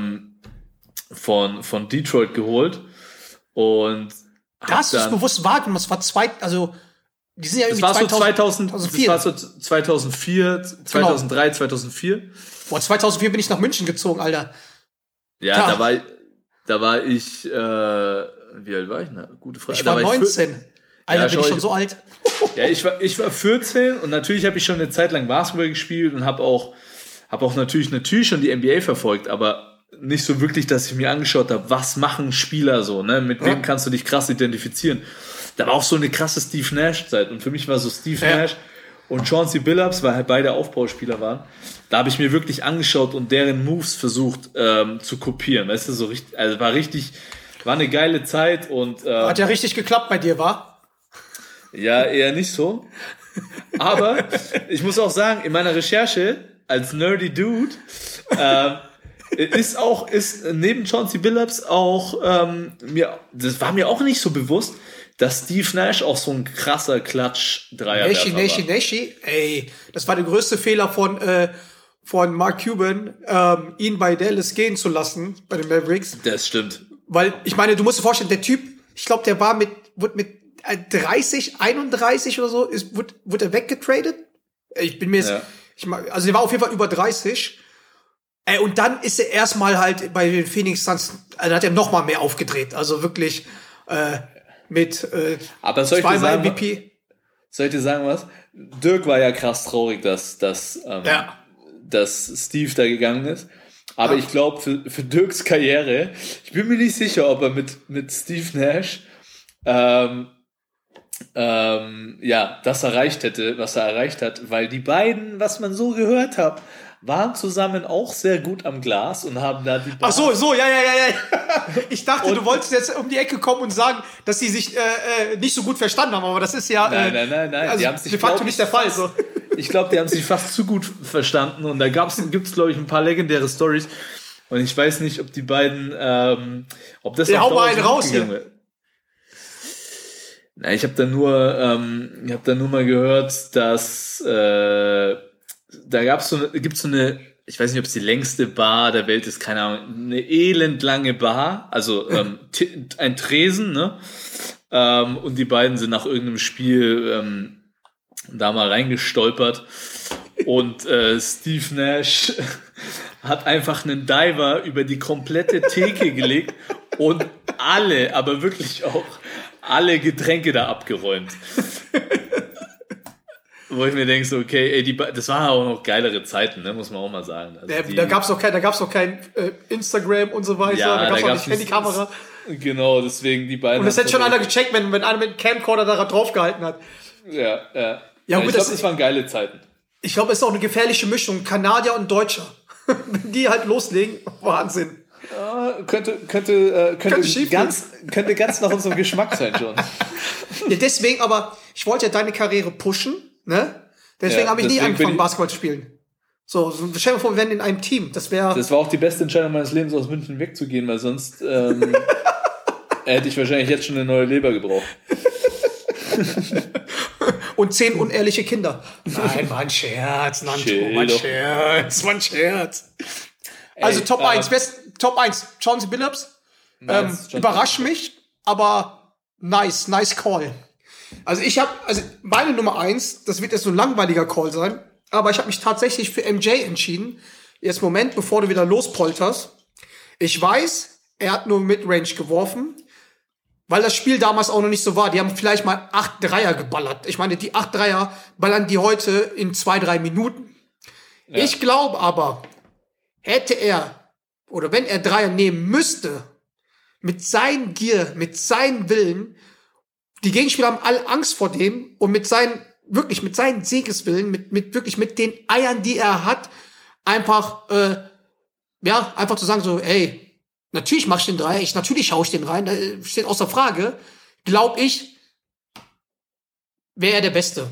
von Detroit geholt. Und da hast du es bewusst wahrgenommen. Das war die sind ja irgendwie 2004. Das war so 2004, 2003, genau. 2004. Boah, 2004 bin ich nach München gezogen, Alter. Ja, da war ich, wie alt war ich? Na, gute Frage. Ich war 19. Alter, bin ich schon so alt. Ja, ich war 14 und natürlich habe ich schon eine Zeit lang Basketball gespielt und habe auch natürlich schon die NBA verfolgt, aber nicht so wirklich, dass ich mir angeschaut habe, was machen Spieler so, ne? Mit wem kannst du dich krass identifizieren. Da war auch so eine krasse Steve Nash-Zeit und für mich war so Steve Nash und Chauncey Billups, weil halt beide Aufbauspieler waren. Da habe ich mir wirklich angeschaut und deren Moves versucht zu kopieren. Weißt du, so richtig, also war eine geile Zeit und hat ja richtig geklappt bei dir, wa? Ja, eher nicht so. Aber ich muss auch sagen, in meiner Recherche als nerdy Dude ist neben Chauncey Billups auch das war mir auch nicht so bewusst, dass Steve Nash auch so ein krasser Klatsch-Dreierwerfer war. Nashi, ey, das war der größte Fehler von Mark Cuban, ihn bei Dallas gehen zu lassen, bei den Mavericks. Das stimmt. Weil, ich meine, du musst dir vorstellen, der Typ, ich glaube, der wurde mit 31 oder so, wurde er weggetradet. Ich bin mir jetzt, also der war auf jeden Fall über 30. Und dann ist er erstmal halt bei den Phoenix Suns, also hat er noch mal mehr aufgedreht. Also wirklich mit aber zweimal MVP. Soll ich dir sagen was? Dirk war ja krass traurig, dass Steve da gegangen ist. Aber ich glaube, für Dirks Karriere, ich bin mir nicht sicher, ob er mit Steve Nash das erreicht hätte, was er erreicht hat, weil die beiden, was man so gehört hat, waren zusammen auch sehr gut am Glas und haben da die Ach so, ja. Ich dachte, du wolltest jetzt um die Ecke kommen und sagen, dass sie sich nicht so gut verstanden haben, aber das ist ja nein. Also die haben sich de facto nicht der Fall. So. Ich glaube, die haben sich fast zu gut verstanden und da gibt's glaube ich ein paar legendäre Stories und ich weiß nicht, ob die beiden ob das hau mal einen raus hier. Na, ich habe da nur mal gehört, dass gibt's so eine, ich weiß nicht, ob es die längste Bar der Welt ist, keine Ahnung, eine elendlange Bar, also ein Tresen, ne? Und die beiden sind nach irgendeinem Spiel da mal reingestolpert und Steve Nash hat einfach einen Diver über die komplette Theke gelegt und aber wirklich auch alle Getränke da abgeräumt. Wo ich mir denke, so, okay, das waren auch noch geilere Zeiten, ne, muss man auch mal sagen. Also da gab's noch kein Instagram und so weiter, ja, da gab's noch nicht Handykamera. Genau, deswegen die beiden. Und das hätte schon einer gecheckt, wenn einer mit dem Camcorder da drauf gehalten hat. Ja. Ja, gut, ich glaube, das waren geile Zeiten. Ich glaube, es ist auch eine gefährliche Mischung. Kanadier und Deutscher. Wenn die halt loslegen, Wahnsinn. Ja, könnte ganz nach unserem Geschmack sein, John. Ja, deswegen, aber ich wollte ja deine Karriere pushen, ne? Deswegen habe ich nie angefangen, Basketball zu spielen. So, stell dir vor, wir wären in einem Team. Das war auch die beste Entscheidung meines Lebens, aus München wegzugehen, weil sonst hätte ich wahrscheinlich jetzt schon eine neue Leber gebraucht. Und 10 unehrliche Kinder. Nein, war ein Scherz, Nanto, war ein Scherz. Also Top 1, Top 1, Chauncey Billups. Überrascht mich, aber nice call. Also meine Nummer 1, das wird jetzt so ein langweiliger Call sein, aber ich habe mich tatsächlich für MJ entschieden. Jetzt Moment, bevor du wieder lospolterst. Ich weiß, er hat nur Midrange geworfen, weil das Spiel damals auch noch nicht so war. Die haben vielleicht mal 8 Dreier geballert. Ich meine, die 8 Dreier ballern die heute in 2-3 Minuten. Ja. Ich glaube aber, hätte er, oder wenn er Dreier nehmen müsste, mit seinem Gier, mit seinem Willen, die Gegenspieler haben alle Angst vor dem und mit seinen Siegeswillen, mit den Eiern, die er hat, einfach zu sagen so, ey, natürlich mach ich den Dreier, natürlich hau ich den rein, da steht außer Frage, glaube ich, wäre er der Beste.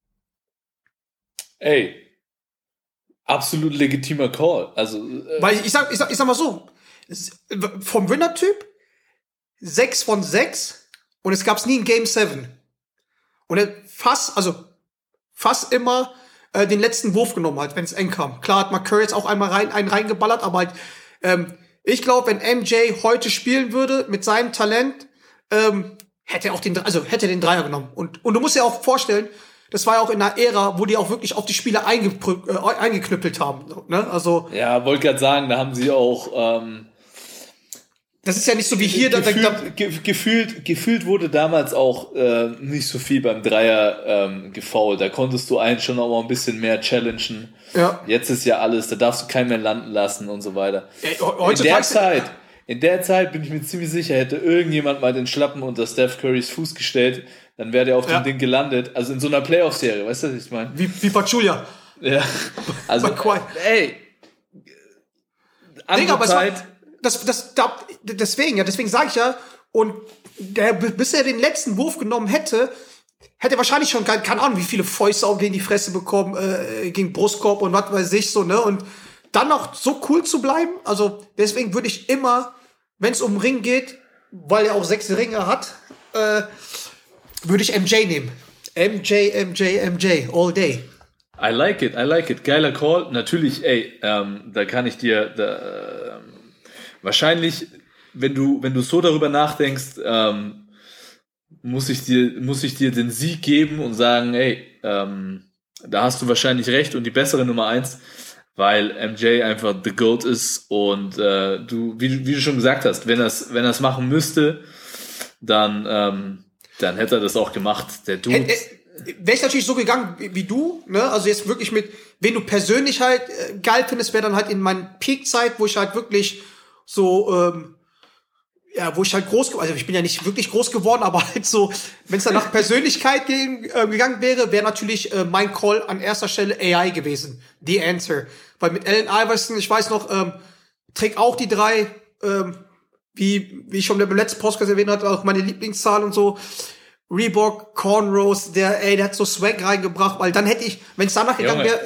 Ey, absolut legitimer Call. Also, weil ich sag mal so, vom Winner-Typ 6 von 6 und es gab's nie in Game 7. Und er fast immer den letzten Wurf genommen hat, wenn es eng kam. Klar hat Mark Curry jetzt auch einmal reingeballert, aber halt, ich glaube, wenn MJ heute spielen würde mit seinem Talent, hätte er auch den Dreier genommen. Und du musst dir auch vorstellen, das war ja auch in einer Ära, wo die auch wirklich auf die Spieler eingeknüppelt haben. Ne? Also, ja, wollte gerade sagen, da haben sie auch das ist ja nicht so wie hier. Gefühlt wurde damals auch nicht so viel beim Dreier gefoult. Da konntest du einen schon auch mal ein bisschen mehr challengen. Ja. Jetzt ist ja alles, da darfst du keinen mehr landen lassen und so weiter. In der Zeit bin ich mir ziemlich sicher, hätte irgendjemand mal den Schlappen unter Steph Currys Fuß gestellt, dann wäre der auf dem Ding gelandet. Also in so einer Playoff-Serie, weißt du, was ich meine? Wie Pachulia. Ja. Also, ey. Andere Zeit. Deswegen sage ich ja, und bis er den letzten Wurf genommen hätte er wahrscheinlich schon keine Ahnung, wie viele Fäuste auch gegen die Fresse bekommen, gegen Brustkorb und was weiß ich so, ne? Und dann noch so cool zu bleiben, also deswegen würde ich immer, wenn es um Ring geht, weil er auch 6 Ringe hat, würde ich MJ nehmen. MJ, all day. I like it. Geiler Call. Natürlich, da kann ich dir, wahrscheinlich, wenn du so darüber nachdenkst, muss ich dir den Sieg geben und sagen, da hast du wahrscheinlich recht und die bessere Nummer 1, weil MJ einfach the GOAT ist und wie du schon gesagt hast, wenn er's machen müsste, dann hätte er das auch gemacht. Der Dude. Wäre ich natürlich so gegangen wie du, ne? Also jetzt wirklich mit, wen du persönlich halt geil findest, wäre dann halt in meiner Peak-Zeit, wo ich halt wirklich so, wo ich halt also ich bin ja nicht wirklich groß geworden, aber halt so, wenn es dann nach Persönlichkeit gegangen wäre natürlich mein Call an erster Stelle AI gewesen. The Answer. Weil mit Allen Iverson, ich weiß noch, trägt auch die 3, wie ich schon beim letzten Podcast erwähnt hatte, auch meine Lieblingszahl und so. Reebok, Cornrows, der hat so Swag reingebracht, weil dann hätte ich, wenn es danach gegangen wäre,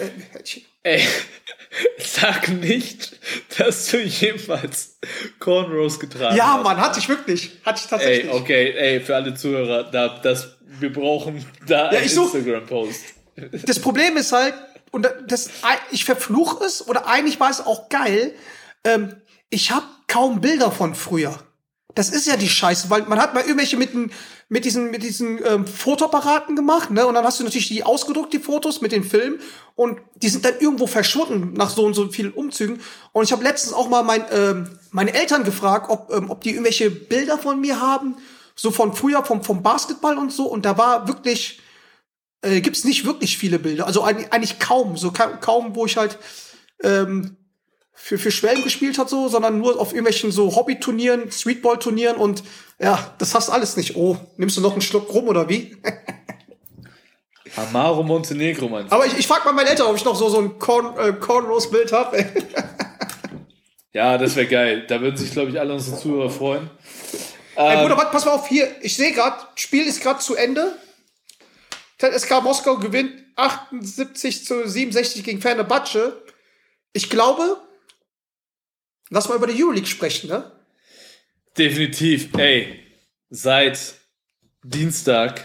sag nicht, dass du jemals Cornrows getragen hast. Ja, Mann, hatte ich tatsächlich. Für alle Zuhörer, wir brauchen da einen Instagram-Post. Das Problem ist halt, und ich verfluche es, oder eigentlich war es auch geil, ich habe kaum Bilder von früher. Das ist ja die Scheiße, weil man hat mal irgendwelche mit diesen Fotoapparaten gemacht, ne? Und dann hast du natürlich die ausgedruckt, die Fotos mit den Filmen, und die sind dann irgendwo verschwunden nach so und so vielen Umzügen. Und ich habe letztens auch mal meine Eltern gefragt, ob die irgendwelche Bilder von mir haben, so von früher, vom Basketball und so. Und da war wirklich, gibt's nicht wirklich viele Bilder. Also eigentlich kaum, kaum, wo ich halt für Schwellen gespielt hat, so, sondern nur auf irgendwelchen so Hobbyturnieren, Streetball-Turnieren, und ja, das hast alles nicht. Oh, nimmst du noch einen Schluck rum oder wie? Amaro Montenegro, meinst du? Aber ich frage mal meine Eltern, ob ich noch so ein Cornrows-Bild habe. Ja, das wäre geil. Da würden sich, glaube ich, alle unsere Zuhörer freuen. Ey, Bruder, pass mal auf, hier. Ich sehe gerade, Spiel ist gerade zu Ende. SK Moskau gewinnt 78-67 gegen Fenerbahce. Ich glaube, lass mal über die Euroleague sprechen, ne? Definitiv. Ey, seit Dienstag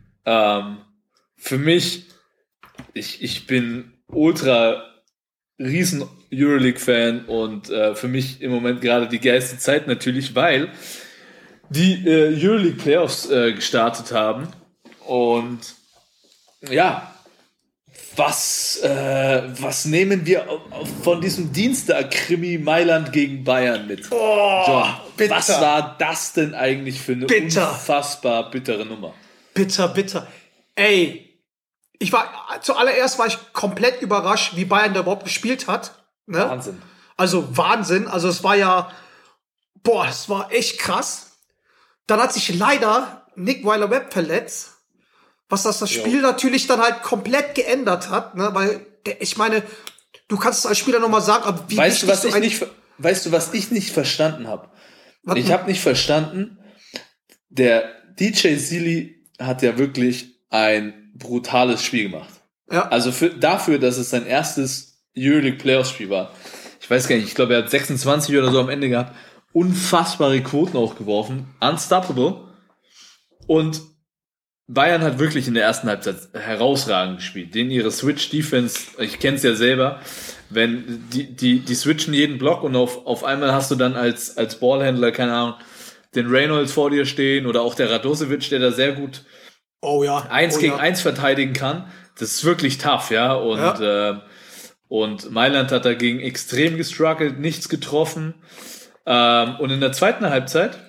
für mich, ich bin ultra riesen Euroleague-Fan und für mich im Moment gerade die geilste Zeit natürlich, weil die Euroleague-Playoffs gestartet haben und ja, was nehmen wir von diesem Dienstag-Krimi Mailand gegen Bayern mit? Oh, John, bitter. was war das denn eigentlich für eine unfassbar bittere Nummer? Bitter. Ey, zuallererst war ich komplett überrascht, wie Bayern da überhaupt gespielt hat. Ne? Wahnsinn. Also Wahnsinn. Also es war ja, es war echt krass. Dann hat sich leider Nick Weiler-Webb verletzt, was das Spiel natürlich dann halt komplett geändert hat. Ne? Weil, ich meine, du kannst es als Spieler nochmal sagen, aber wie weißt du, was ich nicht verstanden habe? Ich habe nicht verstanden, der DJ Sealy hat ja wirklich ein brutales Spiel gemacht. Ja. Also dafür, dass es sein erstes Euroleague-Playoff-Spiel war. Ich weiß gar nicht, ich glaube, er hat 26 oder so am Ende gehabt. Unfassbare Quoten auch geworfen. Unstoppable. Und Bayern hat wirklich in der ersten Halbzeit herausragend gespielt. Denen ihre Switch-Defense, ich kenne es ja selber, wenn die switchen jeden Block und auf einmal hast du dann als Ballhändler, keine Ahnung, den Reynolds vor dir stehen oder auch der Radosevic, der da sehr gut 1 gegen 1 verteidigen kann. Das ist wirklich tough, ja. Und Mailand hat dagegen extrem gestruggelt, nichts getroffen. Und in der zweiten Halbzeit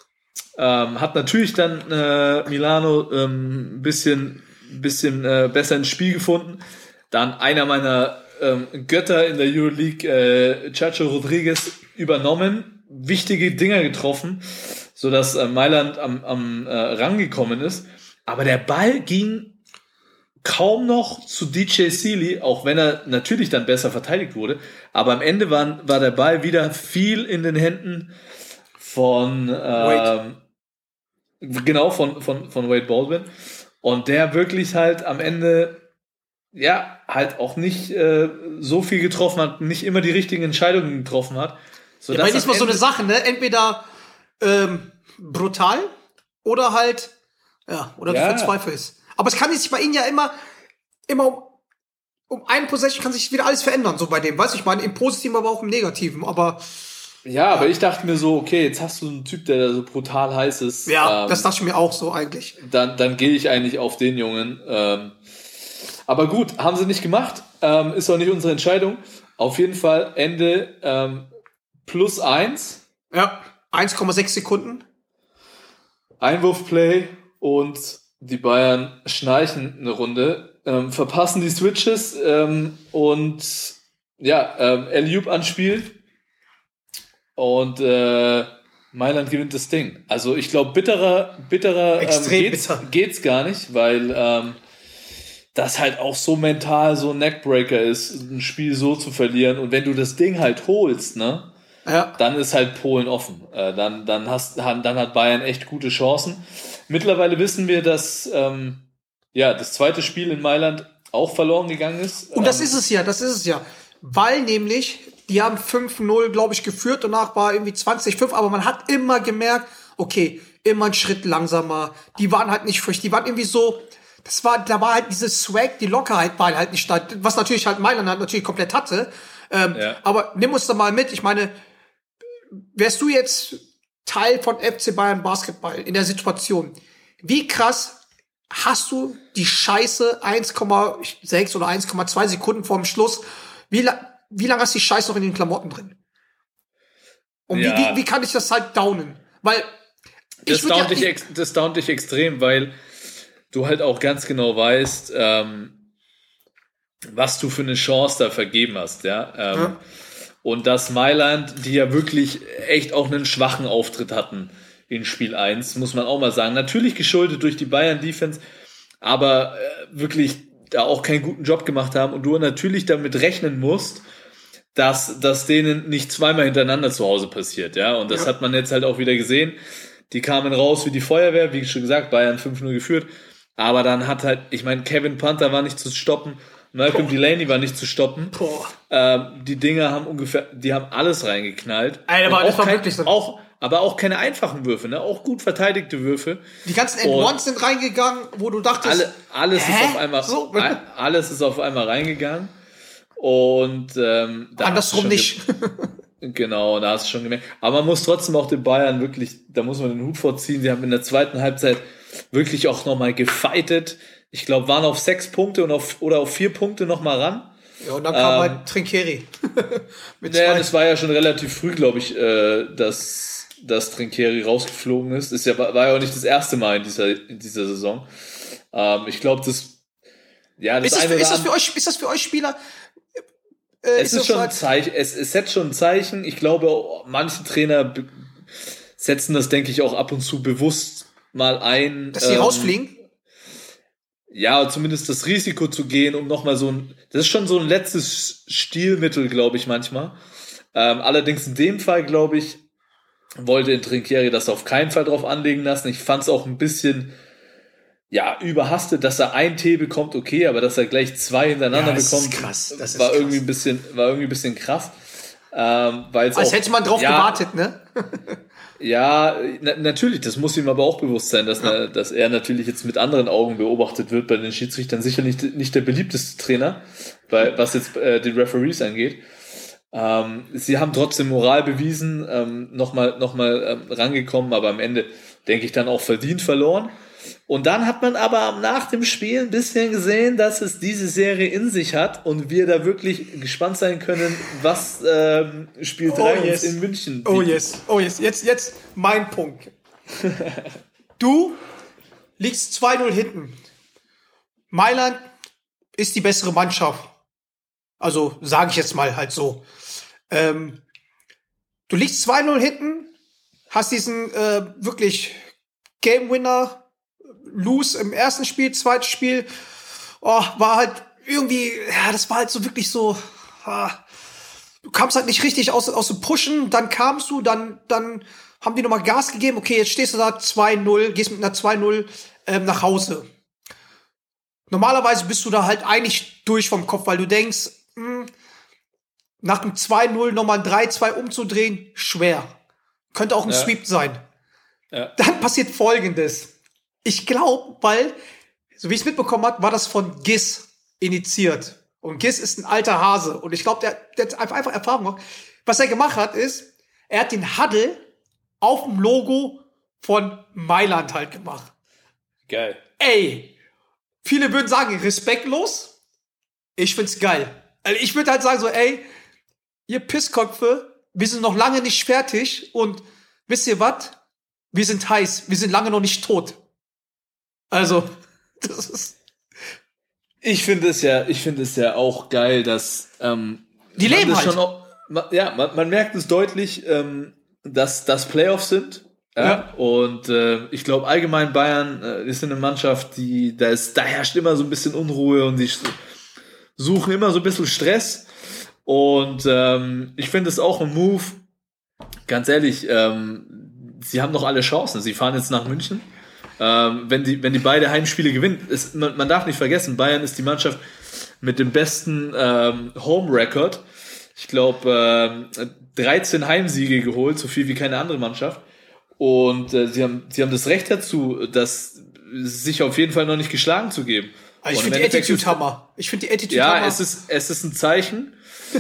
hat natürlich dann Milano ein bisschen besser ins Spiel gefunden. Dann einer meiner Götter in der Euroleague, Chacho Rodriguez, übernommen, wichtige Dinger getroffen, sodass Mailand am Rang gekommen ist. Aber der Ball ging kaum noch zu DJ Sealy, auch wenn er natürlich dann besser verteidigt wurde. Aber am Ende war der Ball wieder viel in den Händen von Wade Baldwin. Und der wirklich halt am Ende halt auch nicht so viel getroffen hat, nicht immer die richtigen Entscheidungen getroffen hat. Ja, weil ist mal so eine Sache, ne? Entweder brutal oder halt du verzweifelst. Aber es kann sich bei ihnen ja immer um einen Possession kann sich wieder alles verändern, so bei dem, weiß ich meine, im Positiven, aber auch im Negativen, aber aber ich dachte mir so, okay, jetzt hast du einen Typ, der da so brutal heiß ist. Ja, das dachte ich mir auch so eigentlich. Dann gehe ich eigentlich auf den Jungen. Aber gut, haben sie nicht gemacht. Ist auch nicht unsere Entscheidung. Auf jeden Fall Ende +1. Ja, 1,6 Sekunden. Einwurfplay und die Bayern schnarchen eine Runde, verpassen die Switches und Alley-oop anspielt und Mailand gewinnt das Ding. Also ich glaube, bitterer geht's gar nicht, weil das halt auch so mental so ein Neckbreaker ist, ein Spiel so zu verlieren. Und wenn du das Ding halt holst, ne, dann ist halt Polen offen. Dann hat Bayern echt gute Chancen. Mittlerweile wissen wir, dass das zweite Spiel in Mailand auch verloren gegangen ist. Und das ist es ja. Weil nämlich, die haben 5-0, glaube ich, geführt. Danach war irgendwie 20-5. Aber man hat immer gemerkt, okay, immer einen Schritt langsamer. Die waren halt nicht frisch. Die waren irgendwie so, da war halt dieses Swag, die Lockerheit war halt nicht da. Was natürlich halt Mailand halt natürlich komplett hatte. Aber nimm uns da mal mit. Ich meine, wärst du jetzt Teil von FC Bayern Basketball in der Situation, wie krass hast du die Scheiße 1,6 oder 1,2 Sekunden vorm Schluss, wie lange hast du die Scheiße noch in den Klamotten drin? Und wie kann ich das halt downen? Weil das downt dich extrem, weil du halt auch ganz genau weißt, was du für eine Chance da vergeben hast, ja. Und dass Mailand, die ja wirklich echt auch einen schwachen Auftritt hatten in Spiel 1, muss man auch mal sagen. Natürlich geschuldet durch die Bayern-Defense, aber wirklich da auch keinen guten Job gemacht haben und du natürlich damit rechnen musst, dass denen nicht zweimal hintereinander zu Hause passiert, ja, und das hat man jetzt halt auch wieder gesehen. Die kamen raus wie die Feuerwehr, wie schon gesagt, Bayern 5-0 geführt, aber dann hat halt, ich meine, Kevin Panther war nicht zu stoppen, Malcolm Delaney war nicht zu stoppen. Die Dinger haben alles reingeknallt. Alter, das war wirklich so. Aber auch keine einfachen Würfe, ne? Auch gut verteidigte Würfe. Die ganzen End-Ones sind reingegangen, wo du dachtest, alles ist auf einmal reingegangen. Und andersrum nicht. Genau, da hast du schon gemerkt. Aber man muss trotzdem auch den Bayern wirklich, da muss man den Hut vorziehen. Sie haben in der zweiten Halbzeit wirklich auch nochmal gefightet. Ich glaube, waren auf 6 Punkte oder auf 4 Punkte nochmal ran. Ja, und dann kam halt Trinkieri. Das war ja schon relativ früh, glaube ich, dass Trinkieri rausgeflogen ist. War ja auch nicht das erste Mal in dieser Saison. Ich glaube, ist das für euch Spieler? Es ist schon ein Zeichen. Es setzt schon ein Zeichen. Ich glaube, manche Trainer setzen das, denke ich, auch ab und zu bewusst mal ein. Dass sie rausfliegen? Ja, zumindest das Risiko zu gehen, um nochmal das ist schon so ein letztes Stilmittel, glaube ich, manchmal. Allerdings in dem Fall, glaube ich, wollte Trinkieri das auf keinen Fall drauf anlegen lassen. Ich fand es auch ein bisschen, überhastet, dass er ein Tee bekommt, okay, aber dass er gleich 2 hintereinander bekommt, krass. Das war irgendwie ein bisschen krass. Als hätte man drauf gewartet, ne? Ja, natürlich, das muss ihm aber auch bewusst sein, dass er natürlich jetzt mit anderen Augen beobachtet wird, bei den Schiedsrichtern sicher nicht der beliebteste Trainer, was jetzt die Referees angeht. Sie haben trotzdem Moral bewiesen, nochmal rangekommen, aber am Ende, denke ich, dann auch verdient verloren. Und dann hat man aber nach dem Spiel ein bisschen gesehen, dass es diese Serie in sich hat und wir da wirklich gespannt sein können, was Spiel 3 uns in München bietet. Oh yes. Jetzt mein Punkt. Du liegst 2-0 hinten. Mailand ist die bessere Mannschaft. Also sage ich jetzt mal halt so. Du liegst 2-0 hinten, hast diesen wirklich Game Winner Lose im ersten Spiel, zweites Spiel, war halt irgendwie, das war halt so wirklich so, du kamst halt nicht richtig aus dem Pushen, dann kamst du, dann haben die nochmal Gas gegeben, okay, jetzt stehst du da 2-0, gehst mit einer 2-0 nach Hause. Normalerweise bist du da halt eigentlich durch vom Kopf, weil du denkst, nach dem 2-0 nochmal ein 3-2 umzudrehen, schwer. Könnte auch ein Sweep sein. Ja. Dann passiert Folgendes. Ich glaube, weil, so wie ich es mitbekommen habe, war das von Giss initiiert. Und Giss ist ein alter Hase. Und ich glaube, der hat einfach Erfahrung gemacht. Was er gemacht hat, ist, er hat den Huddle auf dem Logo von Mailand halt gemacht. Geil. Ey, viele würden sagen, respektlos. Ich find's geil. Also ich würde halt sagen so, ey, ihr Pissköpfe, wir sind noch lange nicht fertig. Und wisst ihr was? Wir sind heiß. Wir sind lange noch nicht tot. Also, das ist. Ich finde es ja auch geil, dass die leben halt. Man merkt es deutlich, dass das Playoffs sind. Ja. Und ich glaube allgemein Bayern ist eine Mannschaft, da herrscht immer so ein bisschen Unruhe und die suchen immer so ein bisschen Stress. Und ich finde es auch ein Move. Ganz ehrlich, sie haben noch alle Chancen. Sie fahren jetzt nach München. Wenn die beide Heimspiele gewinnen, man darf nicht vergessen, Bayern ist die Mannschaft mit dem besten Home-Record. Ich glaube, 13 Heimsiege geholt, so viel wie keine andere Mannschaft. Und sie haben das Recht dazu, sich auf jeden Fall noch nicht geschlagen zu geben. Also ich finde die Attitude Hammer. Ja, es ist ein Zeichen.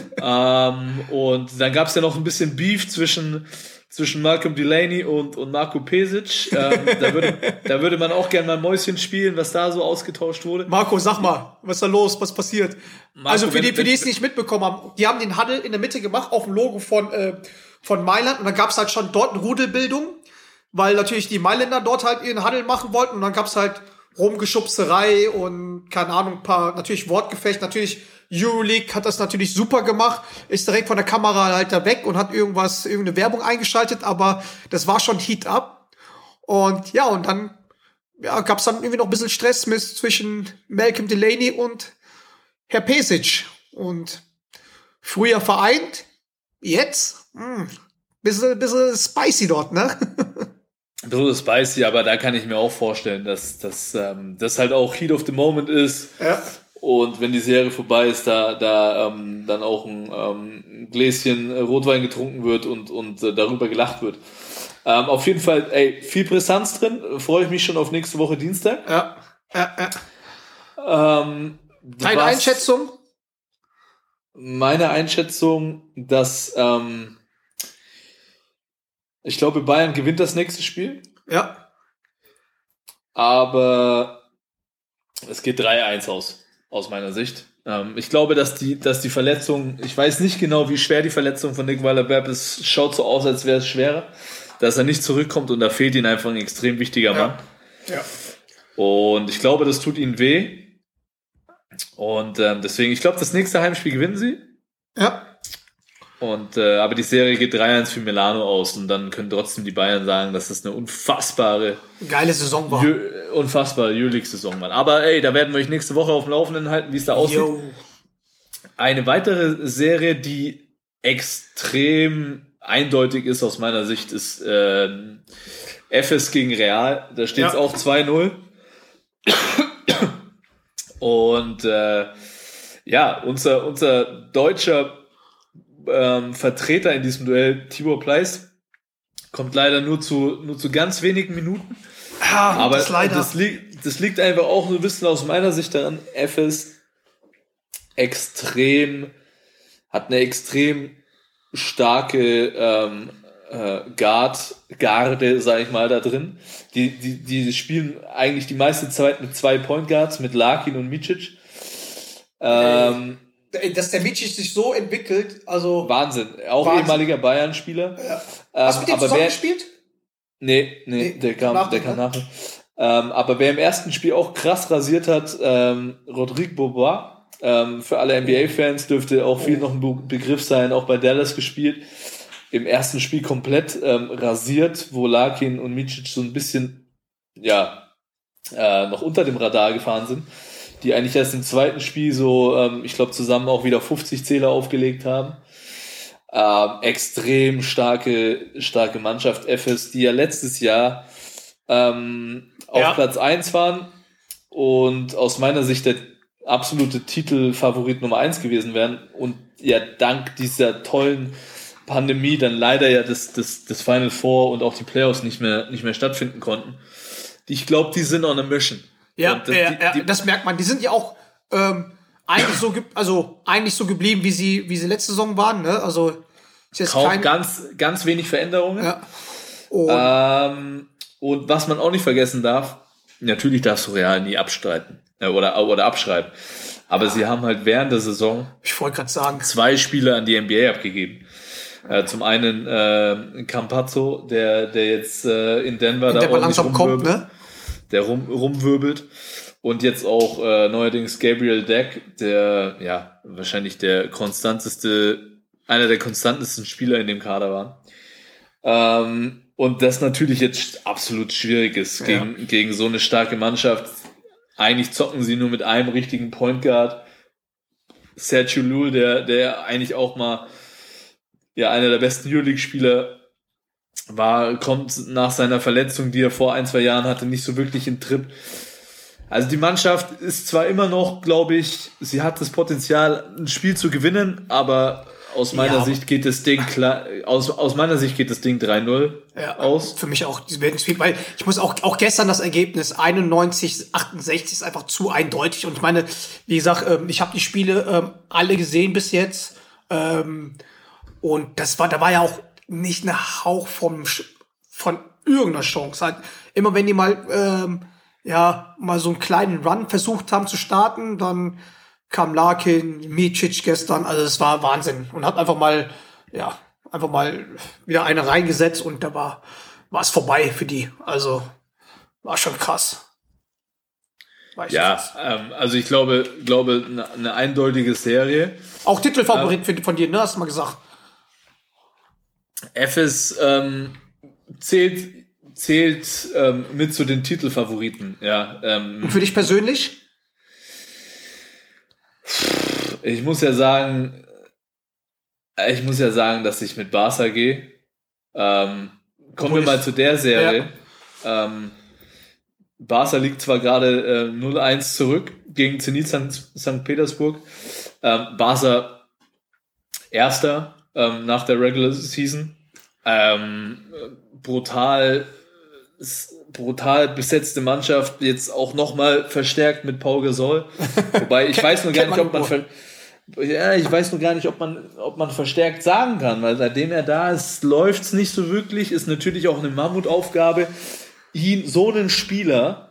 Und dann gab es ja noch ein bisschen Beef zwischen Malcolm Delaney und Marco Pesic. Da würde man auch gerne mal Mäuschen spielen, was da so ausgetauscht wurde. Marco, sag mal, was ist da los? Was passiert? Marco, also für die es nicht mitbekommen haben, die haben den Huddle in der Mitte gemacht auf dem Logo von Mailand und dann gab es halt schon dort eine Rudelbildung, weil natürlich die Mailänder dort halt ihren Huddle machen wollten und dann gab es halt Rumgeschubserei und keine Ahnung, ein paar natürlich Wortgefecht, natürlich Euroleague hat das natürlich super gemacht, ist direkt von der Kamera halt da weg und hat irgendeine Werbung eingeschaltet, aber das war schon Heat up. Und ja, und dann gab es dann irgendwie noch ein bisschen Stress zwischen Malcolm Delaney und Herr Pesic. Und früher vereint, jetzt bisschen spicy dort, ne? Ein bisschen spicy, aber da kann ich mir auch vorstellen, dass das halt auch Heat of the Moment ist. Ja. Und wenn die Serie vorbei ist, da dann auch ein Gläschen Rotwein getrunken wird und darüber gelacht wird. Auf jeden Fall, viel Brisanz drin. Freue ich mich schon auf nächste Woche Dienstag. Ja. Deine Einschätzung? Meine Einschätzung, dass ich glaube, Bayern gewinnt das nächste Spiel. Ja. Aber es geht 3-1 aus meiner Sicht. Ich glaube, dass die Verletzung, ich weiß nicht genau, wie schwer die Verletzung von Nick Weiler-Bepp ist. Es schaut so aus, als wäre es schwerer, dass er nicht zurückkommt und da fehlt ihm einfach ein extrem wichtiger Mann. Ja. Und ich glaube, das tut ihnen weh. Und deswegen, ich glaube, das nächste Heimspiel gewinnen sie. Ja. Und aber die Serie geht 3-1 für Milano aus und dann können trotzdem die Bayern sagen, dass das eine unfassbare geile Saison war. Unfassbare Euroleague-Saison war. Aber da werden wir euch nächste Woche auf dem Laufenden halten, wie es da aussieht. Eine weitere Serie, die extrem eindeutig ist aus meiner Sicht, ist FS gegen Real. Da steht es auch 2-0. Und unser deutscher Vertreter in diesem Duell, Tibor Pleiss, kommt leider nur zu ganz wenigen Minuten. Aber das liegt einfach auch so ein bisschen aus meiner Sicht daran, FS hat eine extrem starke Garde, sag ich mal, da drin. Die spielen eigentlich die meiste Zeit mit 2 Point Guards, mit Larkin und Micic. Dass der Micic sich so entwickelt, also... Wahnsinn. Auch ehemaliger Bayern-Spieler. Ja. Hast du mit dem zusammen gespielt? Nee, der kam nachher. Aber wer im ersten Spiel auch krass rasiert hat, Rodrigue Beaubois, für alle NBA-Fans dürfte auch viel noch ein Begriff sein, auch bei Dallas gespielt. Im ersten Spiel komplett rasiert, wo Larkin und Micic so ein bisschen noch unter dem Radar gefahren sind, die eigentlich erst im zweiten Spiel so, ich glaube, zusammen auch wieder 50 Zähler aufgelegt haben. Extrem starke Mannschaft FS, die ja letztes Jahr auf Platz 1 waren und aus meiner Sicht der absolute Titelfavorit Nummer 1 gewesen wären und ja dank dieser tollen Pandemie dann leider ja das Final Four und auch die Playoffs nicht mehr stattfinden konnten. Ich glaube, die sind on a mission. Ja, das merkt man. Die sind ja auch eigentlich so geblieben, wie sie letzte Saison waren. Ne? Also ist jetzt kaum ganz wenig Veränderungen. Ja. Und was man auch nicht vergessen darf, natürlich darfst du Real nie abstreiten oder abschreiben. Aber sie haben halt während der Saison, ich wollte gerade sagen, 2 Spieler an die NBA abgegeben. Zum einen Campazzo, der jetzt in Denver da langsam kommt, ne? Der rumwirbelt. Und jetzt auch neuerdings Gabriel Deck, der wahrscheinlich einer der konstantesten Spieler in dem Kader war. Und das natürlich jetzt absolut schwierig ist gegen so eine starke Mannschaft. Eigentlich zocken sie nur mit einem richtigen Point Guard. Sergio Llull, der eigentlich auch mal einer der besten Euroleague-Spieler kommt nach seiner Verletzung, die er vor 1-2 Jahren hatte, nicht so wirklich in Trip. Also die Mannschaft ist zwar immer noch, glaube ich, sie hat das Potenzial, ein Spiel zu gewinnen, aber aus meiner Sicht geht das Ding klar, aus meiner Sicht geht das Ding 3-0 aus. Für mich auch, weil ich muss auch gestern das Ergebnis 91-68 ist einfach zu eindeutig und ich meine, wie gesagt, ich habe die Spiele alle gesehen bis jetzt und da war ja auch nicht ein Hauch von irgendeiner Chance. Halt immer wenn die mal mal so einen kleinen Run versucht haben zu starten, dann kam Larkin, Micic gestern, also es war Wahnsinn und hat einfach mal wieder eine reingesetzt und da war es vorbei für die. Also war schon krass. Also ich glaube eine eindeutige Serie. Auch Titelfavorit von dir, ne? Hast du mal gesagt. FS zählt zählt mit zu den Titelfavoriten. Ja, Und für dich persönlich? Ich muss ja sagen, dass ich mit Barca gehe. Kommen wir mal zu der Serie. Ja. Barca liegt zwar gerade 0-1 zurück gegen Zenit St. Petersburg. Barca Erster nach der Regular Season. Brutal besetzte Mannschaft, jetzt auch nochmal verstärkt mit Pau Gasol. Wobei ich weiß nur gar nicht, ob man verstärkt sagen kann, weil seitdem er da ist, läuft's nicht so wirklich. Ist natürlich auch eine Mammutaufgabe, so einen Spieler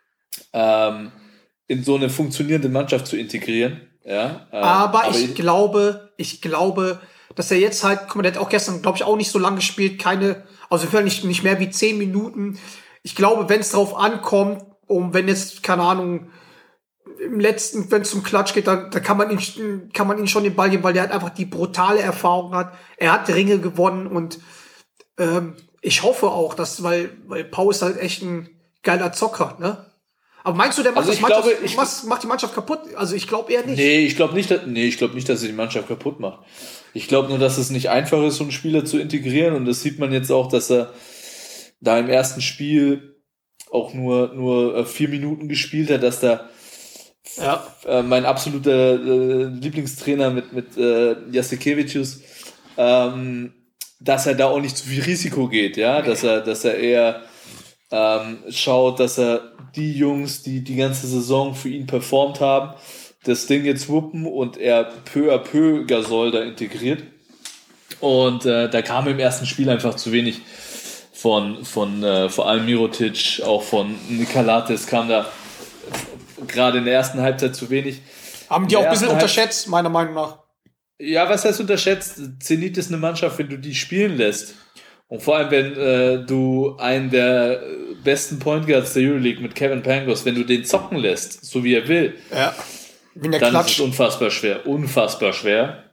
in so eine funktionierende Mannschaft zu integrieren. Ja, aber ich glaube, dass er jetzt halt, guck mal, der hat auch gestern, glaube ich, auch nicht so lange gespielt, also nicht mehr wie 10 Minuten. Ich glaube, wenn es drauf ankommt, wenn jetzt, keine Ahnung, wenn es zum Klatsch geht, dann kann man ihn schon den Ball geben, weil der halt einfach die brutale Erfahrung hat. Er hat Ringe gewonnen und ich hoffe auch, weil Pau ist halt echt ein geiler Zocker, ne? Aber meinst du, der macht macht die Mannschaft kaputt? Also ich glaube eher nicht. Nee, ich glaube nicht, dass er die Mannschaft kaputt macht. Ich glaube nur, dass es nicht einfach ist, so einen Spieler zu integrieren, und das sieht man jetzt auch, dass er da im ersten Spiel auch nur 4 Minuten gespielt hat, dass da mein absoluter Lieblingstrainer mit Jasikevičius, dass er da auch nicht zu viel Risiko geht, ja, dass er eher schaut, dass er die Jungs, die ganze Saison für ihn performt haben, das Ding jetzt wuppen und er peu à peu Gasol da integriert. Und da kam im ersten Spiel einfach zu wenig von vor allem Mirotic, auch von Nikolatis kam da gerade in der ersten Halbzeit zu wenig. Haben die auch ein bisschen unterschätzt, meiner Meinung nach. Ja, was heißt unterschätzt? Zenit ist eine Mannschaft, wenn du die spielen lässt. Und vor allem, wenn du einen der besten Point Guards der Euroleague mit Kevin Pangos, wenn du den zocken lässt, so wie er will, dann ist es unfassbar schwer.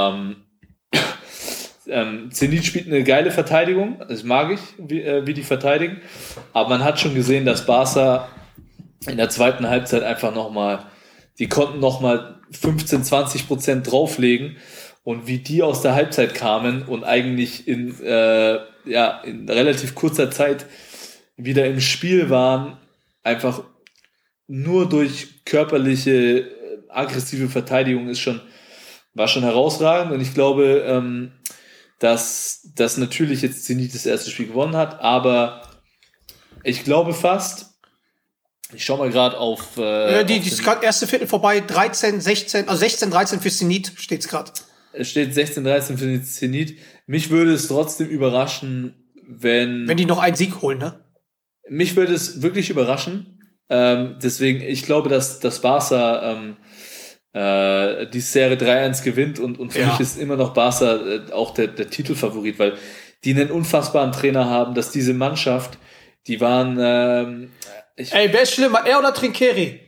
Zenit spielt eine geile Verteidigung, das mag ich, wie die verteidigen, aber man hat schon gesehen, dass Barca in der zweiten Halbzeit einfach die konnten nochmal 15-20% drauflegen, und wie die aus der Halbzeit kamen und eigentlich in relativ kurzer Zeit wieder im Spiel waren, einfach nur durch körperliche, aggressive Verteidigung war schon herausragend. Und ich glaube, dass das natürlich jetzt Zenit das erste Spiel gewonnen hat, aber ich glaube fast, ich schau mal gerade auf... die ist gerade erste Viertel vorbei, 16-13 für Zenit steht's gerade. Es steht 16-13 für Zenit. Mich würde es trotzdem überraschen, wenn die noch einen Sieg holen, ne? Mich würde es wirklich überraschen. Deswegen, ich glaube, dass Barca die Serie 3-1 gewinnt, und für mich ist immer noch Barca auch der Titelfavorit, weil die einen unfassbaren Trainer haben, dass diese Mannschaft, die waren... wer ist schlimmer, er oder Trinkieri?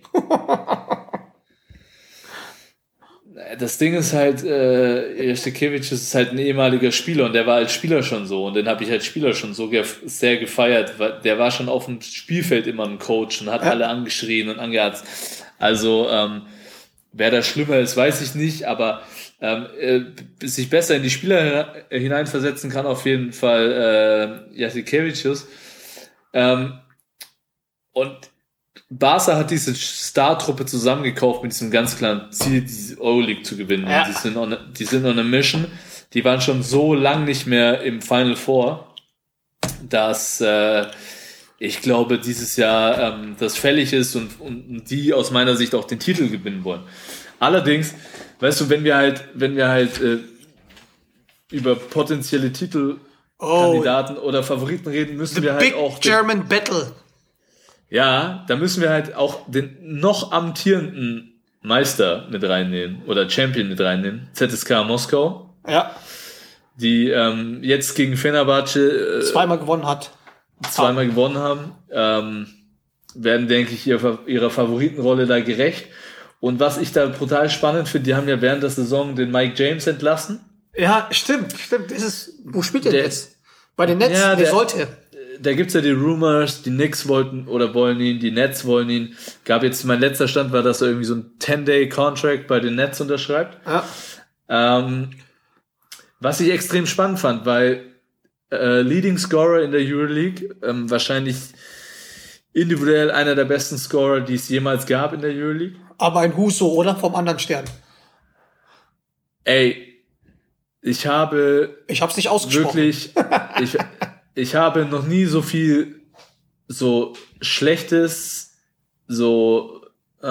Das Ding ist halt, Jasikevičius ist halt ein ehemaliger Spieler, und der war als Spieler schon so, und den habe ich als Spieler schon so sehr gefeiert, weil der war schon auf dem Spielfeld immer ein Coach und hat alle angeschrien und angehatzt. Also wer da schlimmer ist, weiß ich nicht, aber sich besser in die Spieler hineinversetzen kann auf jeden Fall Jasikevičius. Und Barca hat diese Star-Truppe zusammengekauft mit diesem ganz klaren Ziel, die Euroleague zu gewinnen. Ja. Die sind on a mission. Die waren schon so lang nicht mehr im Final Four, dass ich glaube, dieses Jahr das fällig ist und die aus meiner Sicht auch den Titel gewinnen wollen. Allerdings, weißt du, wenn wir halt über potenzielle Titelkandidaten oder Favoriten reden, müssen wir halt Big auch German Battle. Ja, da müssen wir halt auch den noch amtierenden Meister mit reinnehmen oder Champion mit reinnehmen, ZSKA Moskau. Ja. Die jetzt gegen Fenerbahce zweimal gewonnen haben, werden, denke ich, ihrer Favoritenrolle da gerecht. Und was ich da brutal spannend finde, die haben ja während der Saison den Mike James entlassen. Ja, stimmt. Wo spielt der jetzt? Bei den Nets? Ja, der sollte. da gibt's ja die Rumors, die Knicks wollen ihn, die Nets wollen ihn. Gab jetzt, mein letzter Stand war, dass er irgendwie so ein 10-Day-Contract bei den Nets unterschreibt. Ja. Was ich extrem spannend fand, weil Leading Scorer in der Euroleague, wahrscheinlich individuell einer der besten Scorer, die es jemals gab in der Euroleague. Aber ein Huso, oder? Vom anderen Stern. Ey, ich hab's nicht ausgesprochen. Wirklich, ich habe noch nie so viel so Schlechtes, so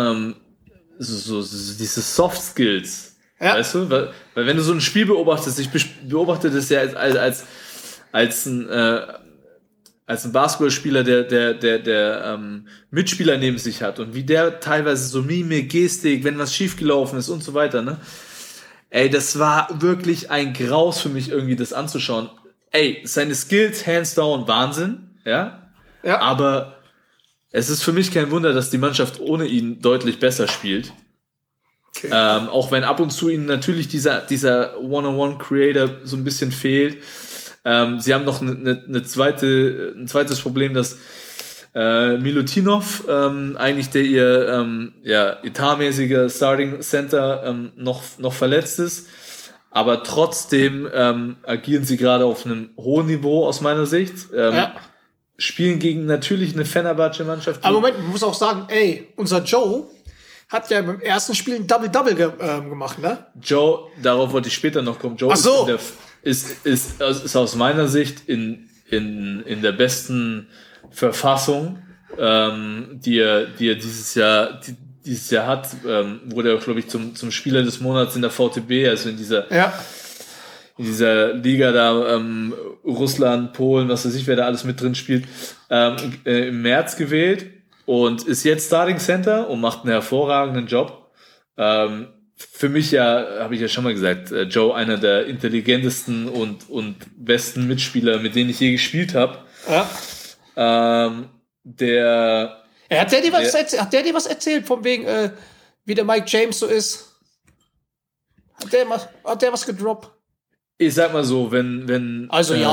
diese Soft Skills, weißt du? Weil wenn du so ein Spiel beobachtest, ich beobachte das ja als ein Basketballspieler, der Mitspieler neben sich hat und wie der teilweise so Mimik, Gestik, wenn was schiefgelaufen ist und so weiter, ne? Ey, das war wirklich ein Graus für mich irgendwie, das anzuschauen. Ey, seine Skills, hands down, Wahnsinn, ja? Aber es ist für mich kein Wunder, dass die Mannschaft ohne ihn deutlich besser spielt. Okay. Auch wenn ab und zu ihnen natürlich dieser One-on-One-Creator so ein bisschen fehlt. Sie haben noch ein zweites Problem, dass Milutinov eigentlich der ihr etatmäßiger Starting Center noch verletzt ist, aber trotzdem agieren sie gerade auf einem hohen Niveau aus meiner Sicht. Spielen gegen natürlich eine Fenerbahce-Mannschaft. Aber Moment, man muss auch sagen, unser Joe hat ja beim ersten Spiel ein Double-Double gemacht, ne? Joe, darauf wollte ich später noch kommen. Joe ist aus meiner Sicht in der besten Verfassung, die er dieses Jahr hat, wurde er, glaube ich, zum Spieler des Monats in der VTB, also in dieser Liga da, Russland, Polen, was weiß ich, wer da alles mit drin spielt, im März gewählt und ist jetzt Starting Center und macht einen hervorragenden Job. Für mich habe ich ja schon mal gesagt, Joe, einer der intelligentesten und besten Mitspieler, mit denen ich je gespielt habe. Ja. Hat der dir was erzählt, von wegen, wie der Mike James so ist? Hat der was gedroppt? Ich sag mal so, wenn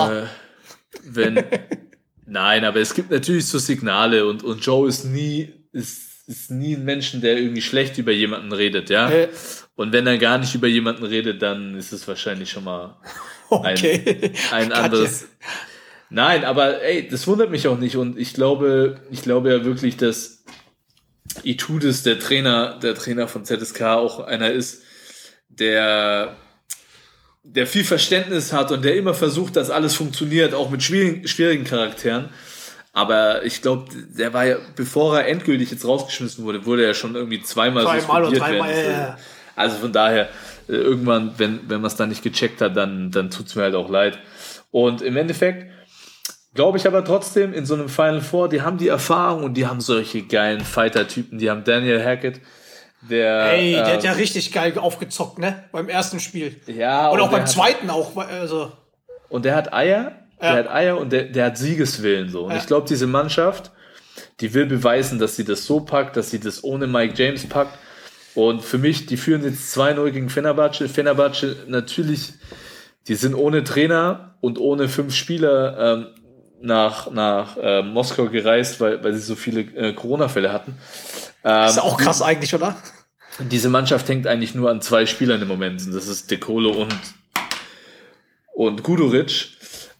nein, aber es gibt natürlich so Signale und Joe ist nie ein Mensch, der irgendwie schlecht über jemanden redet, ja. Und wenn er gar nicht über jemanden redet, dann ist es wahrscheinlich schon mal ein anderes. Nein, aber das wundert mich auch nicht und ich glaube ja wirklich, dass Itoudis, der Trainer von ZSK, auch einer ist, der viel Verständnis hat und der immer versucht, dass alles funktioniert, auch mit schwierigen Charakteren. Aber ich glaube, der war ja, bevor er endgültig jetzt rausgeschmissen wurde er schon irgendwie zweimal suspendiert werden. Also von daher, irgendwann, wenn man es dann nicht gecheckt hat, dann tut's mir halt auch leid. Und im Endeffekt glaube ich aber trotzdem, in so einem Final Four, die haben die Erfahrung und die haben solche geilen Fighter-Typen. Die haben Daniel Hackett, der hat ja richtig geil aufgezockt, ne? Beim ersten Spiel. Ja. Und auch beim zweiten auch. Also. Und der hat Eier. Der hat Eier und der hat Siegeswillen so. Und ich glaube, diese Mannschaft, die will beweisen, dass sie das so packt, dass sie das ohne Mike James packt. Und für mich, die führen jetzt 2-0 gegen Fenerbahce. Fenerbahce natürlich, die sind ohne Trainer und ohne 5 Spieler nach Moskau gereist, weil sie so viele Corona-Fälle hatten. Ist ja auch krass eigentlich, oder? Diese Mannschaft hängt eigentlich nur an 2 Spielern im Moment. Und das ist De Colo und Guduric.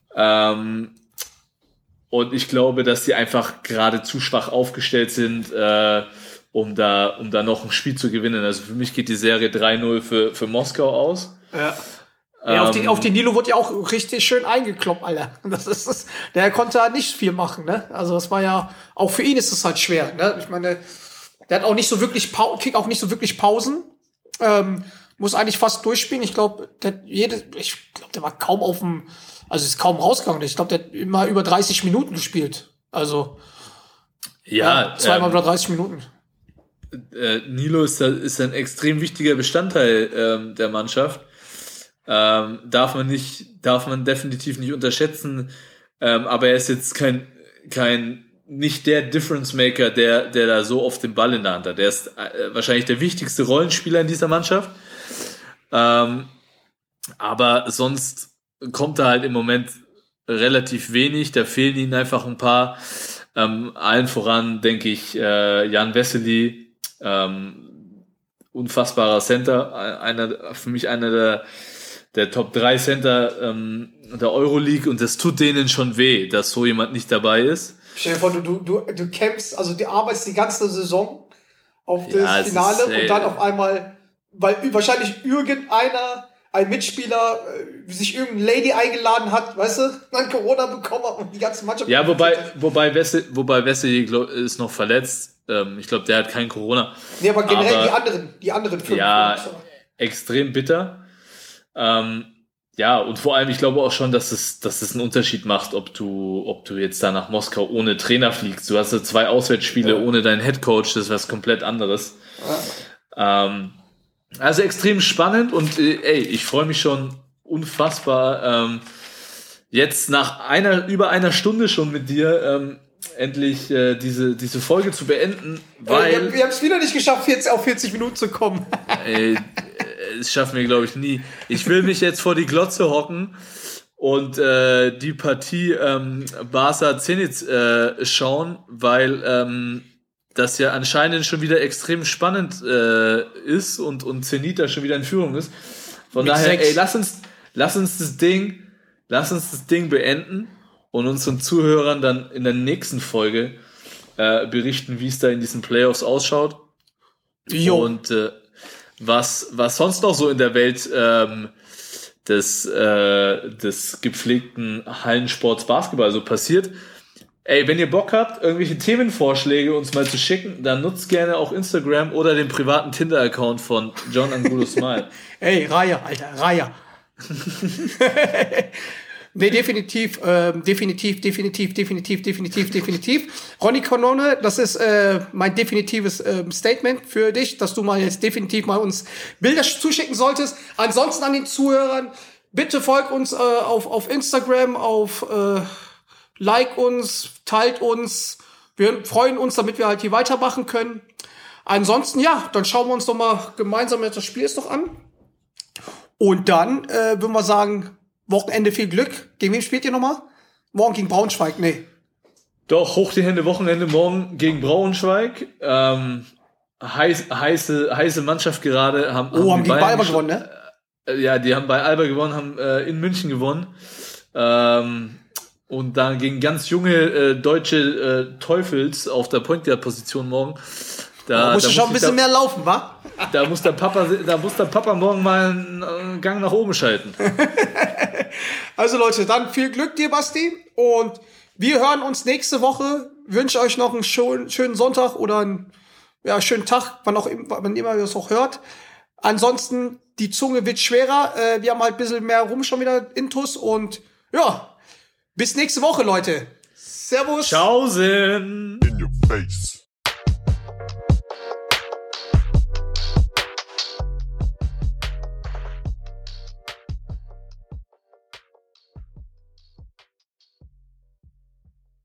Und ich glaube, dass sie einfach gerade zu schwach aufgestellt sind, um da noch ein Spiel zu gewinnen. Also für mich geht die Serie 3-0 für Moskau aus. Ja, auf die Nilo wurde ja auch richtig schön eingekloppt, Alter. Der konnte halt nicht viel machen, ne? Also das war ja, auch für ihn ist es halt schwer, ne? Ich meine, der hat auch nicht so wirklich kriegt auch nicht so wirklich Pausen. Muss eigentlich fast durchspielen. Ich glaube, der war kaum ist kaum rausgegangen. Ich glaube, der hat immer über 30 Minuten gespielt. Also zweimal über 30 Minuten. Nilo ist ein extrem wichtiger Bestandteil der Mannschaft. Darf man definitiv nicht unterschätzen. Aber er ist jetzt nicht der Difference Maker, der da so oft den Ball in der Hand hat. Der ist wahrscheinlich der wichtigste Rollenspieler in dieser Mannschaft. Aber sonst kommt er halt im Moment relativ wenig. Da fehlen ihnen einfach ein paar. Allen voran, denke ich, Jan Vesely, unfassbarer Center, für mich einer der Top 3 Center der Euroleague, und das tut denen schon weh, dass so jemand nicht dabei ist. Stell dir vor, du kämpfst, also du arbeitest die ganze Saison auf das Finale und dann auf einmal, weil wahrscheinlich ein Mitspieler sich irgendeine Lady eingeladen hat, weißt du, dann Corona bekommen hat und die ganze Mannschaft... Ja, wobei Vesely ist noch verletzt. Ich glaube, der hat kein Corona. Nee, aber generell die anderen 5. Ja, extrem bitter. Ja, und vor allem, ich glaube auch schon, dass es einen Unterschied macht, ob du jetzt da nach Moskau ohne Trainer fliegst. Du hast ja 2 Auswärtsspiele ohne deinen Headcoach, das ist was komplett anderes. Ja. Also extrem spannend und ich freue mich schon unfassbar, jetzt nach über einer Stunde schon mit dir endlich diese Folge zu beenden, weil... Wir haben es wieder nicht geschafft, jetzt auf 40 Minuten zu kommen. Das schaffen wir, glaube ich, nie. Ich will mich jetzt vor die Glotze hocken und die Partie Barca-Zenit schauen, weil das ja anscheinend schon wieder extrem spannend ist und Zenit da schon wieder in Führung ist. Von mit daher, 6. Lass uns das Ding beenden und unseren Zuhörern dann in der nächsten Folge berichten, wie es da in diesen Playoffs ausschaut. Jo. Und was sonst noch so in der Welt des gepflegten Hallensports Basketball so passiert. Wenn ihr Bock habt, irgendwelche Themenvorschläge uns mal zu schicken, dann nutzt gerne auch Instagram oder den privaten Tinder-Account von John Angulo Smile. Raya, Alter, Raya. Nee, definitiv. Ronny Kanone, das ist mein definitives Statement für dich, dass du mal jetzt definitiv mal uns Bilder zuschicken solltest. Ansonsten an den Zuhörern, bitte folgt uns auf Instagram, like uns, teilt uns. Wir freuen uns, damit wir halt hier weitermachen können. Ansonsten, ja, dann schauen wir uns doch mal gemeinsam das Spiel jetzt noch an. Und dann würden wir sagen, Wochenende viel Glück. Gegen wen spielt ihr nochmal? Morgen gegen Braunschweig, nee. Doch, hoch die Hände, Wochenende morgen gegen Braunschweig. Heiße Mannschaft gerade. Haben die bei Alba gewonnen, ne? Ja, die haben bei Alba gewonnen, haben in München gewonnen. Und dann gegen ganz junge deutsche Teufels auf der Point Guard Position morgen. Da musst du schon ein bisschen mehr laufen, wa? Da muss der Papa morgen mal einen Gang nach oben schalten. Also Leute, dann viel Glück dir, Basti. Und wir hören uns nächste Woche. Wünsche euch noch einen schönen Sonntag oder einen schönen Tag, wann immer ihr das auch hört. Ansonsten, die Zunge wird schwerer. Wir haben halt ein bisschen mehr rum schon wieder Intus. Und ja, bis nächste Woche, Leute. Servus. Tschaußen. In your face.